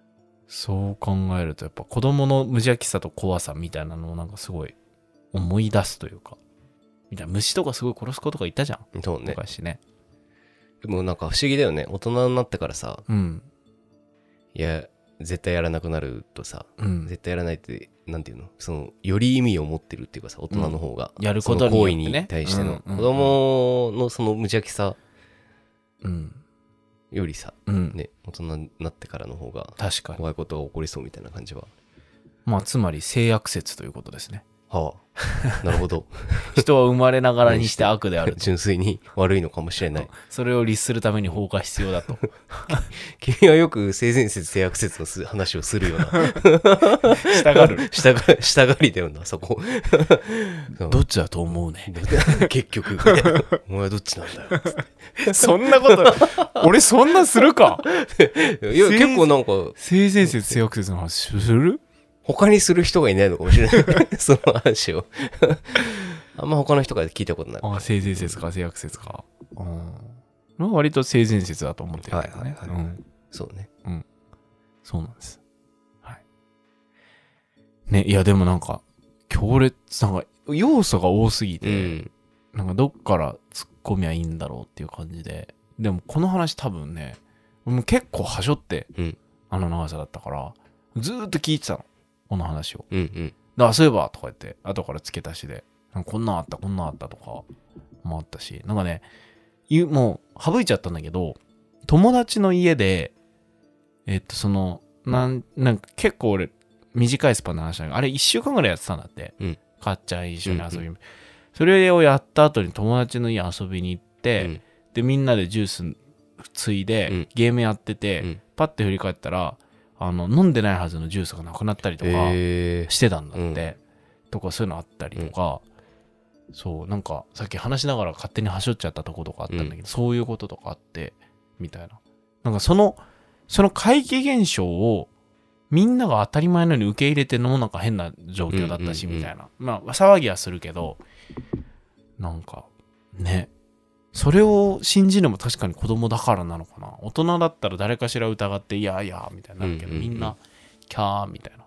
Speaker 2: そう考えるとやっぱ子供の無邪気さと怖さみたいなのをなんかすごい思い出すというか、みたいな、虫とかすごい殺す子とかいたじゃん。
Speaker 3: そうね。
Speaker 2: 昔ね。
Speaker 3: でもなんか不思議だよね。大人になってからさ、
Speaker 2: うん、
Speaker 3: いや絶対やらなくなるとさ、
Speaker 2: うん、
Speaker 3: 絶対やらないってなんていうの、そのより意味を持ってるっていうかさ、大人の方が、
Speaker 2: うん、やることによってね、
Speaker 3: その行為に対しての、
Speaker 2: うんうんうん、
Speaker 3: 子供のその無邪気さ、
Speaker 2: うん、
Speaker 3: よりさ、うん、ね、大人になってからの方が
Speaker 2: 確かに
Speaker 3: 怖いことが起こりそうみたいな感じは、
Speaker 2: まあつまり性悪説ということですね。
Speaker 3: はあ、なるほど。
Speaker 2: 人は生まれながらにして悪であると。
Speaker 3: 純粋に悪いのかもしれない。
Speaker 2: それを律するために法が必要だと。
Speaker 3: 君はよく性善説性悪説の話をするような。
Speaker 2: したがる。
Speaker 3: したがしたがりだよな、そこ。
Speaker 2: どっちだと思うね。
Speaker 3: 結局、お前はどっちなんだよ。
Speaker 2: そんなこと、俺そんなするか。
Speaker 3: いや、結構なんか。
Speaker 2: 性善説性悪説の話する？
Speaker 3: 他にする人がいないのかもしれないその話をあんま他の人から聞いたことない。
Speaker 2: ああ、性善説か性悪説か。うん。割と性善説だと思ってるけどね。はいはいはい、うん。
Speaker 3: そうね。
Speaker 2: うん。そうなんです。はい。ね、いやでもなんか強烈、なんか要素が多すぎて、うん、なんかどっから突っ込みゃいいんだろうっていう感じで、でもこの話多分ね、もう結構はしょって、うん、あの長さだったからずーっと聞いてたの。この話を。うんうん。だからそういえばとか言って、後から付け足しで、こんなんあった、こんなんあったとかもあったし、なんかね、もう省いちゃったんだけど、友達の家で、えっと、その、なん、なんか結構俺、短いスパンの話だけど、あれいっしゅうかんぐらいやってたんだって。うん、かっちゃん一緒に遊び、うんうん、それをやった後に友達の家遊びに行って、うん、で、みんなでジュースついで、うん、ゲームやってて、うん、パッて振り返ったら、あの飲んでないはずのジュースがなくなったりとかしてたんだって、えー、とかそういうのあったりとか、うん、そうなんかさっき話しながら勝手にはしょっちゃったとことかあったんだけど、うん、そういうこととかあってみたいな、なんかそのその怪奇現象をみんなが当たり前のように受け入れてるのもなんか変な状況だったし、みたいな、まあ騒ぎはするけど、なんかね、それを信じるのも確かに子供だからなのかな。大人だったら誰かしら疑っていやいやみたいになるけど、うんうんうん、みんなキャーみたい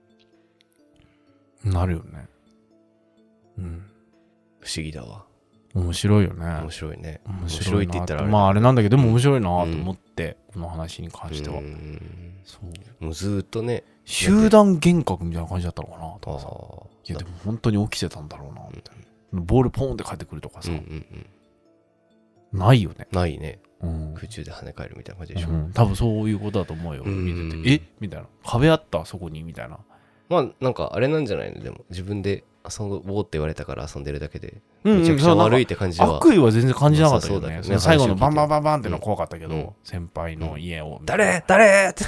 Speaker 2: ななるよね。うん。
Speaker 3: 不思議だわ。
Speaker 2: 面白いよね。
Speaker 3: 面白いね。
Speaker 2: 面白いって言ったらあれ、まああれなんだけど、でも面白いなと思って、うん、この話に関しては。うん、
Speaker 3: そうもうずっとね、
Speaker 2: 集団幻覚みたいな感じだったのかなとかさ。いやでも本当に起きてたんだろうなみたいな。ボールポーンって帰ってくるとかさ。うんうんうん、ないよね。
Speaker 3: ないね、うん。空中で跳ね返るみたいな感じでしょ。うん、
Speaker 2: 多分そういうことだと思うよ。見てて、えみたいな。壁あったそこにみたいな。
Speaker 3: まあなんかあれなんじゃないの、でも自分で遊ぼうって言われたから遊んでるだけで、めちゃくちゃ悪いって感じは、うんうん、
Speaker 2: 悪意は全然感じなかったけどね。ね、最後のバンバンバンバンってのは怖かったけど、うん、先輩の家を、
Speaker 3: うん、誰誰って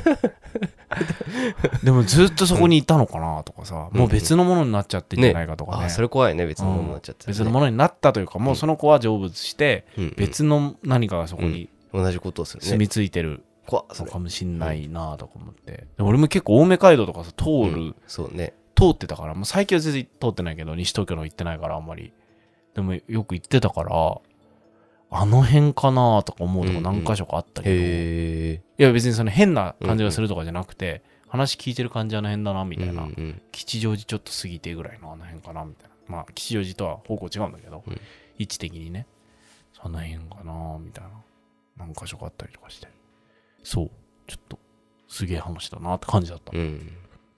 Speaker 2: でもずっとそこにいたのかなとかさ、うん、もう別のものになっちゃってんじゃないかとかね、
Speaker 3: ね、あ、それ怖いね。別のものになっちゃって、ね、
Speaker 2: うん、別のものになったというか、もうその子は成仏して、うん、別の何かがそこに、
Speaker 3: うん、同じことをするね、
Speaker 2: 住み着いてるのかもしんないなとか思って、うん、俺も結構青梅街道とかさ通る、うん、
Speaker 3: そうね、
Speaker 2: 通ってたから、もう最近は全然通ってないけど、西東京の行ってないからあんまり。でもよく行ってたから、あの辺かなとか思うとこ何箇所かあったけど、うんうん、いや別にその変な感じがするとかじゃなくて、うんうん、話聞いてる感じあの辺だなみたいな、うんうん、吉祥寺ちょっと過ぎてぐらいのあの辺かなみたいな。まあ吉祥寺とは方向違うんだけど、うん、位置的にね、その辺かなみたいな何箇所かあったりとかして、そうちょっとすげえ話だなって感じだった。うん、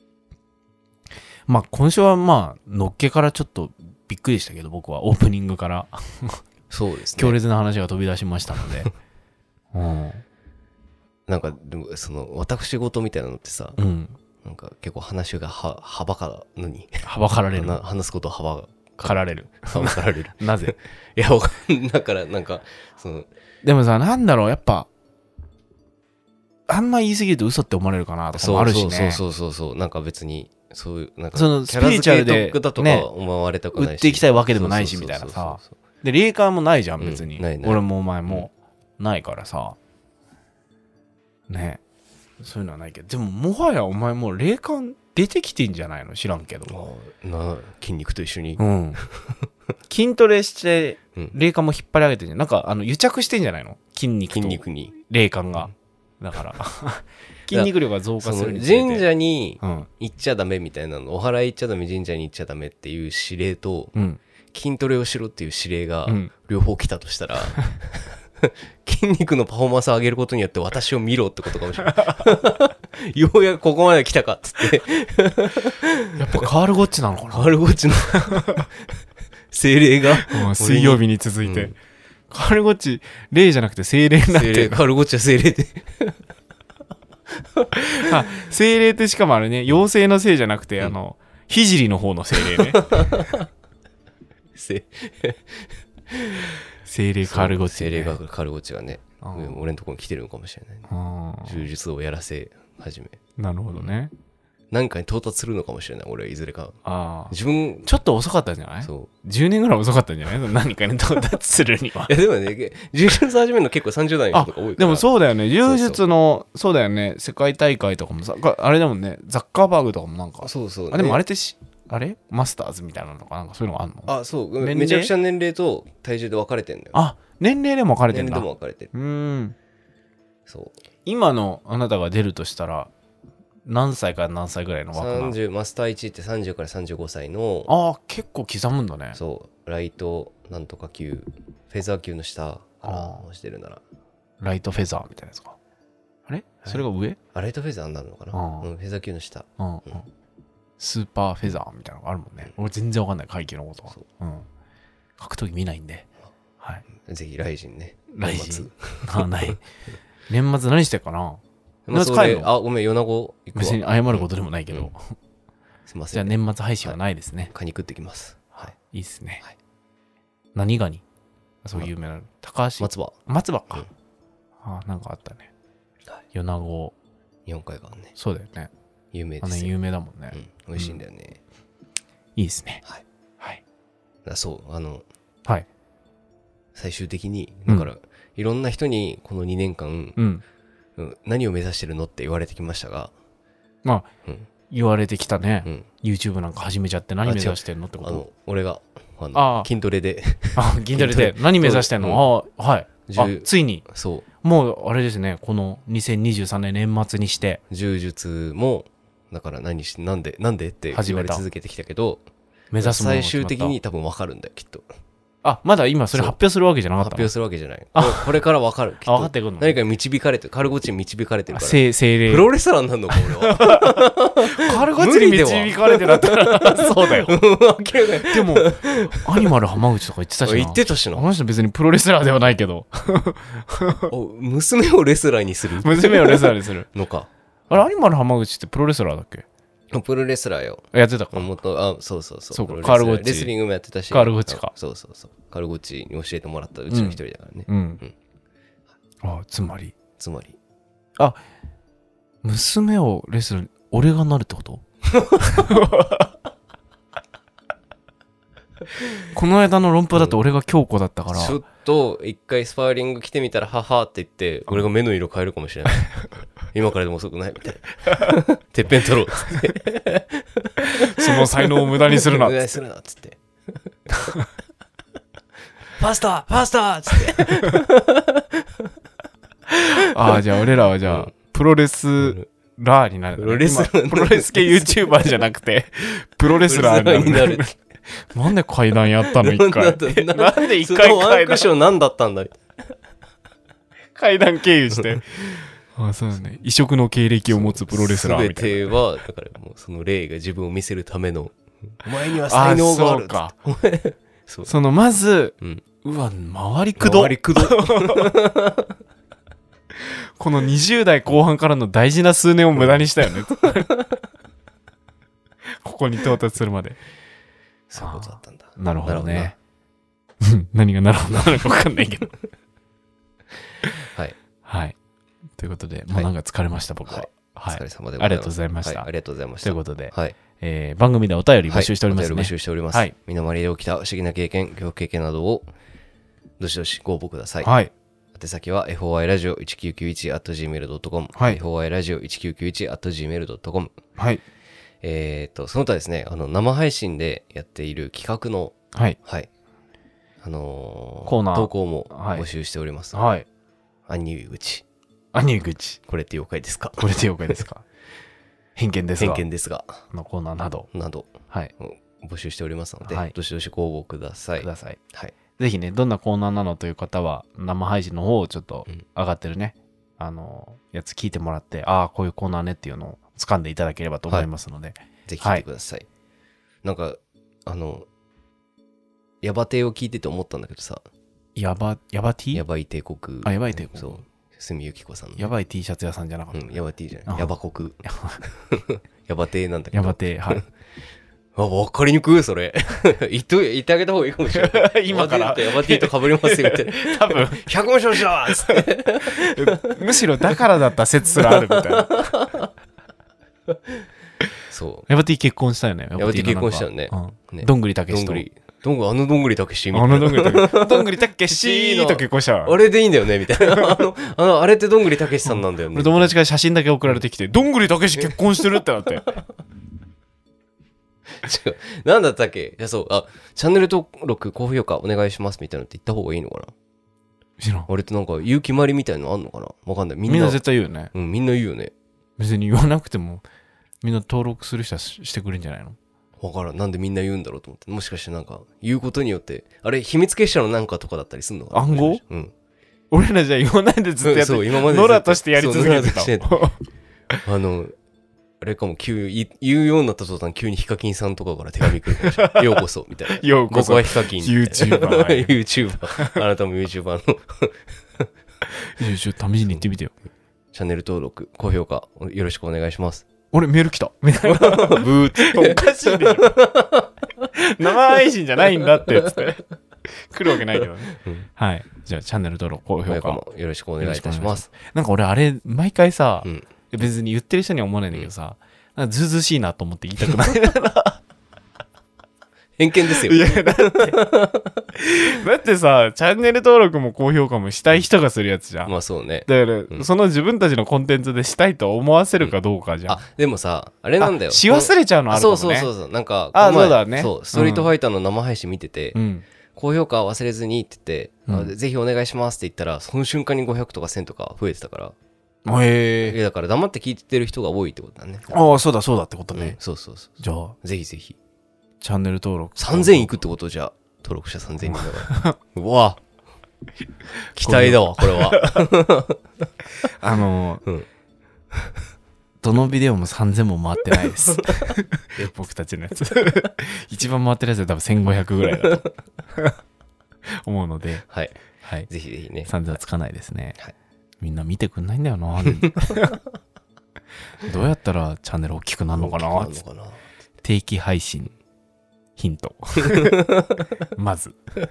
Speaker 2: まあ今週はまあのっけからちょっとびっくりしたけど、僕はオープニングから
Speaker 3: そうですね、
Speaker 2: 強烈な話が飛び出しましたので、うん、
Speaker 3: なんかでもその私事みたいなのってさ、うん、なんか結構話がははばかるのに
Speaker 2: はばかられる、
Speaker 3: 話すことをはば
Speaker 2: かられる
Speaker 3: はばかられる
Speaker 2: なぜ
Speaker 3: いやわかんだからなんかその
Speaker 2: でもさ、なんだろう、やっぱあんま言い過ぎると嘘って思われるかなとかもあるしね。
Speaker 3: そうそうそうそう、なんか別にそういうなんか
Speaker 2: そのスピリチュアルで
Speaker 3: だとか思われたくないし、
Speaker 2: 売っていきたいわけでもないしみたいなさ。で霊感もないじゃん別に、うん、ないない、俺もお前もないからさ、ね、そういうのはないけど、でももはやお前もう霊感出てきてんじゃないの、知らんけど。
Speaker 3: な筋肉と一緒に、
Speaker 2: うん、筋トレして霊感も引っ張り上げてんじゃん。なんかあの癒着してんじゃないの、筋肉と
Speaker 3: 筋肉に
Speaker 2: 霊感が、うん、だから筋肉量が増加するにつれて
Speaker 3: 神社に行っちゃダメみたいなの、お祓い行っちゃダメ、神社に行っちゃダメっていう指令と、うん、筋トレをしろっていう指令が両方来たとしたら、うん、筋肉のパフォーマンスを上げることによって私を見ろってことかもしれないようやくここまで来たかっつって
Speaker 2: やっぱカールゴッチなのかな、
Speaker 3: カールゴッチの精霊が、
Speaker 2: うん、水曜日に続いて、うん、カールゴッチ霊じゃなくて精霊になってる。
Speaker 3: カールゴッチは精霊で
Speaker 2: あ、精霊ってしかもあれね、妖精の精じゃなくて、うん、あの聖の方の精霊ね精霊カールゴッチ、ね、
Speaker 3: 精霊がカールゴッチがね、俺のところに来てるのかもしれない、ね、柔術をやらせ始め。
Speaker 2: なるほどね。
Speaker 3: 何かに到達するのかもしれない、俺はいずれか。あ、
Speaker 2: 自分ちょっと遅かったんじゃない？そう、じゅうねんぐらい遅かったんじゃない？何かに到達するには。
Speaker 3: いやでもね、柔術始めるの結構さんじゅう代の人とか多いから。
Speaker 2: でもそうだよね、柔術の、そうだよね、世界大会とかもさ、あれだもんね、ザッカーバーグとかもなんか、
Speaker 3: そうそう、ね、
Speaker 2: あ、でもあれってし、あれマスターズみたいなのかなんかそういうのがあるの？
Speaker 3: あ、そう、めちゃくちゃ年齢と体重で分かれてんだよ。
Speaker 2: あ、年齢でも分かれてんだ。
Speaker 3: 年齢でも分かれてる。
Speaker 2: うーん。
Speaker 3: そう。
Speaker 2: 今のあなたが出るとしたら、何歳から何歳ぐらいの枠なの？
Speaker 3: さんじゅう、マスターいちってさんじゅうからさんじゅうごさいの。
Speaker 2: ああ、結構刻むんだね。
Speaker 3: そう、ライトなんとか級、フェザー級の下からしてるなら。
Speaker 2: ライトフェザーみたいなやつか。あれそれが上？
Speaker 3: あ、ライトフェザーになるのかな、うん、フェザー級の下、うんうん、
Speaker 2: スーパーフェザーみたいなのがあるもんね。俺全然わかんない、階級のことは。そう、うん、格闘技見ないんで、はい、
Speaker 3: ぜひライジンね。
Speaker 2: ライジンあ、ない。年末何してるかな。
Speaker 3: まあ、それあ、ごめん、米子行くわ。
Speaker 2: 別に謝ることでもないけど、うんうん、
Speaker 3: すいません、ね、
Speaker 2: じゃあ年末配信はないですね。
Speaker 3: はい、カニ食ってきます。
Speaker 2: はい、いいっすね、はい、何ガニ？そういう有名な高橋
Speaker 3: 松葉
Speaker 2: 松葉か、うん、あ、なんかあったね、はい、米子
Speaker 3: 日本海側ね。
Speaker 2: そうだよね、
Speaker 3: 有名ですよ。
Speaker 2: あの有名だもんね、
Speaker 3: うん、美味しいんだよね、
Speaker 2: うん、いいですね。
Speaker 3: はい、
Speaker 2: はい、
Speaker 3: だそうあの、
Speaker 2: はい、
Speaker 3: 最終的にだから、うん、いろんな人にこのにねんかん、うんうん、何を目指してるのって言われてきましたが、
Speaker 2: まあ、うん、言われてきたね、うん、YouTube なんか始めちゃって何目指してんのってこと？
Speaker 3: あの俺があのあ筋トレで
Speaker 2: あ筋トレで何目指してんの？うん、あ、はい、あ、ついに
Speaker 3: そう
Speaker 2: もうあれですね、このにせんにじゅうさんねん年末にして
Speaker 3: 柔術もだから何しなんでなんでって言われ続けてきたけど、目指すものが最終的に多分分かるんだよきっと。
Speaker 2: あ、まだ今それ発表するわけじゃなかったの？
Speaker 3: 発表するわけじゃない。これから分かる。
Speaker 2: あ、分かってくるの？
Speaker 3: 何かに導かれてる、カルゴチに導かれてるから。
Speaker 2: 精霊。
Speaker 3: プロレスラーになるのか俺は。
Speaker 2: カルゴチに導かれてだったらそうだよ。でもアニマル浜口とか言ってたしな。
Speaker 3: 言ってたしな。
Speaker 2: あの人別にプロレスラーではないけど。
Speaker 3: 娘をレスラーにする。
Speaker 2: 娘をレスラーにする
Speaker 3: のか。
Speaker 2: あれアニマル浜口ってプロレスラーだっけ？
Speaker 3: プロレスラーよ。
Speaker 2: やってたか。
Speaker 3: もっと、あ、そうそうそう。
Speaker 2: そうか、カールゴッチ。
Speaker 3: レスリングもやってたし。
Speaker 2: カールゴッチか。
Speaker 3: そうそうそう。カールゴッチに教えてもらったうちの一人だからね。うん。うん
Speaker 2: うん、あ、つまり。
Speaker 3: つまり。
Speaker 2: あ、娘をレスラー、俺がなるってことこの間の論破だと俺が強固だったから。
Speaker 3: ちょっと、一回スパーリング来てみたら、ははって言って、俺が目の色変えるかもしれない。今からでも遅くないみたいな。てっぺん取ろうっつって。
Speaker 2: その才能を無駄にするなっつって。
Speaker 3: 無駄にするなっつって。ファスターファスターっつって。
Speaker 2: ああ、じゃあ俺らはじゃあ、うん、プロレスラーになる、ね。
Speaker 3: プロレスラー
Speaker 2: プロレス系 YouTuber じゃなくて、プロレスラーになる。なんで階段やったの一回。なんで一回階段。
Speaker 3: ワンクション何だったんだ
Speaker 2: 階段経由して。ああ、そうですね。異色の経歴を持つプロレスラーみたいな。
Speaker 3: 全ては、だからもうその霊が自分を見せるための、お前には才能がある。
Speaker 2: ああ、そうか。そ, そのまず、うん、うわ、回りくど。
Speaker 3: 回りくど。
Speaker 2: このにじゅう代後半からの大事な数年を無駄にしたよね。ここに到達するまで。
Speaker 3: そういうことだったんだ。
Speaker 2: なるほどね。何がなるほどなのか分かんないけど。
Speaker 3: はい。
Speaker 2: はい。ということで、もうなんか疲れました、僕は。
Speaker 3: はい。お疲れ様でございます。
Speaker 2: ありがとうございました。
Speaker 3: ありがとうございました。
Speaker 2: ということで、
Speaker 3: はい。
Speaker 2: えー、番組でお便り募集しておりますね。
Speaker 3: お便り募集しております。はい。身の回りで起きた不思議な経験、恐怖経験などをどしどしご応募ください。
Speaker 2: はい。
Speaker 3: 宛先は エフオーアイラジオいちきゅうきゅういち アット ジーメール ドット コム、はい、エフオーアイラジオいちきゅうきゅういち アット ジーメール ドット コム、
Speaker 2: はい。
Speaker 3: えっとその他ですね、あの生配信でやっている企画の、
Speaker 2: はい、
Speaker 3: はい、あのー、
Speaker 2: コーナー
Speaker 3: 投稿も募集しております。
Speaker 2: はい。
Speaker 3: 兄上口。
Speaker 2: 谷口。
Speaker 3: これって妖怪ですか？
Speaker 2: これって妖怪ですか？偏見ですが。
Speaker 3: 偏見ですが。
Speaker 2: のコーナーなど。
Speaker 3: など。はい。募集しておりますので、はい、どしどしご応募ください。
Speaker 2: ください。
Speaker 3: はい。
Speaker 2: ぜひね、どんなコーナーなのという方は、生配信の方をちょっと上がってるね、うん、あの、やつ聞いてもらって、ああ、こういうコーナーねっていうのを掴んでいただければと思いますので。はい、
Speaker 3: ぜひ聞いてください。はい、なんか、あの、ヤバ亭を聞いてて思ったんだけどさ。
Speaker 2: ヤバ、ヤバ T？
Speaker 3: ヤバい帝国。
Speaker 2: あ、ヤバい帝国。
Speaker 3: そう。住由紀子さんの。
Speaker 2: ヤバい T シャツ屋さんじゃなかった。
Speaker 3: うん、ヤバ T じゃない。ヤバ国。ヤバ亭なんだけど。
Speaker 2: ヤバ亭、はい。
Speaker 3: あ、わかりにくい、それ。言っと、言ってあげた方がいいかもしれない。
Speaker 2: 今から。
Speaker 3: ヤバティと被りますよって。
Speaker 2: 多分。
Speaker 3: ひゃくも勝したーっつ
Speaker 2: って。むしろだからだった説すらあるみたいな。
Speaker 3: そう。
Speaker 2: ヤバティ結婚したよね。
Speaker 3: ヤバティ結婚したよね。
Speaker 2: どんぐりたけしと。
Speaker 3: どんぐり。どんぐり、あのどんぐりたけしみたい
Speaker 2: な。あのどんぐりたけし。どんぐりたけしと結婚したわ。
Speaker 3: あれでいいんだよねみたいな。あの、あの、あれってどんぐりたけしさんなんだよね。
Speaker 2: 俺友達から写真だけ送られてきて、どんぐりたけし結婚してるってなって。
Speaker 3: 違う。なんだったっけ？いや、そう。あ、チャンネル登録、高評価お願いしますみたいなのって言った方がいいのかな？
Speaker 2: 知らん。
Speaker 3: 俺ってなんか言う決まりみたいなのあんのかな？わかんない。
Speaker 2: みんな、みんな絶対言うよね。
Speaker 3: うん、みんな言うよね。
Speaker 2: 別に言わなくても、みんな登録する人はしてくれるんじゃないの？
Speaker 3: わからん。なんでみんな言うんだろうと思って。もしかしてなんか、言うことによって、あれ、秘密結社のなんかとかだったりすんのかな？
Speaker 2: 暗号？
Speaker 3: うん。
Speaker 2: 俺らじゃあ言わないでずっとやって、
Speaker 3: そう、今まで
Speaker 2: ノラとしてやり続けてた。
Speaker 3: あの、あれかも、急、言うようになった途端、急にヒカキンさんとかから手紙来るかもしれない。ようこそ、みたいな。
Speaker 2: ようこそ。
Speaker 3: 僕はヒカキン。
Speaker 2: YouTuber。
Speaker 3: YouTuber。あなたも YouTuber の。
Speaker 2: 試しに行ってみてよ。
Speaker 3: チャンネル登録、高評価、よろしくお願いします。
Speaker 2: 俺メール来た。みたいな。ブーって。おかしいでしょ。生配信じゃないんだって、つって。来るわけないけどね。うん、はい。じゃあ、チャンネル登録、高評価
Speaker 3: もよろしくお願いいたします。
Speaker 2: なんか俺、あれ、毎回さ、うん、別に言ってる人には思わないんだけどさ、うん、なんかずうずうしいなと思って言いたくないな。
Speaker 3: 偏見ですよ。
Speaker 2: いや、だって、だってさ、チャンネル登録も高評価もしたい人がするやつじゃん。
Speaker 3: まあそうね。
Speaker 2: だから、うん、その自分たちのコンテンツでしたいと思わせるかどうかじゃん。
Speaker 3: うん、あ、でもさ、あれなんだよ。
Speaker 2: し忘れちゃうのあるかもね。
Speaker 3: そうそうそうそう。なんか、
Speaker 2: あ、そうだね。
Speaker 3: そう、ストリートファイターの生配信見てて、うん、高評価忘れずにって言って、うん、ぜひお願いしますって言ったら、その瞬間にごひゃくとかせんとか増えてたから。
Speaker 2: へえ。
Speaker 3: だから黙って聞いてる人が多いってことだね。
Speaker 2: ああ、そうだそうだってことね。うん、
Speaker 3: そうそうそう。
Speaker 2: じゃあ、
Speaker 3: ぜひぜひ。
Speaker 2: チャンネル登録
Speaker 3: さんぜんいくってことじゃ、登録者さんぜんにんだから。うわ期待だわ、これは。
Speaker 2: あのー、うん、どのビデオもさんぜんも回ってないです。僕たちのやつ。一番回ってるやつは多分せんごひゃくぐらいだと思うので、
Speaker 3: はい。
Speaker 2: はい。
Speaker 3: ぜひぜひね。
Speaker 2: さんぜんはつかないですね。
Speaker 3: はい。
Speaker 2: みんな見てくんないんだよな。どうやったらチャンネル大きくなるのかな？
Speaker 3: 大きくなるのかな？
Speaker 2: 定期配信。ヒント。まず。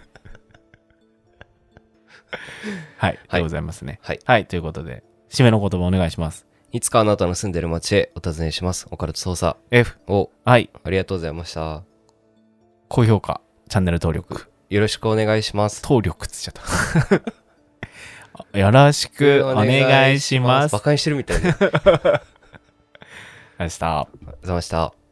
Speaker 2: はい。でございますね。
Speaker 3: はい。
Speaker 2: はい。ということで、締めの言葉お願いします。
Speaker 3: いつかあなたの住んでる街へお尋ねします。オカルト捜査。
Speaker 2: F。
Speaker 3: お。
Speaker 2: はい。
Speaker 3: ありがとうございました。
Speaker 2: 高評価、チャンネル登録。
Speaker 3: よろしくお願いします。
Speaker 2: 登録っつっちゃった。よろしくお願いします。
Speaker 3: バカにしてるみたいな。
Speaker 2: ありがとうございました。
Speaker 3: ありがとうございました。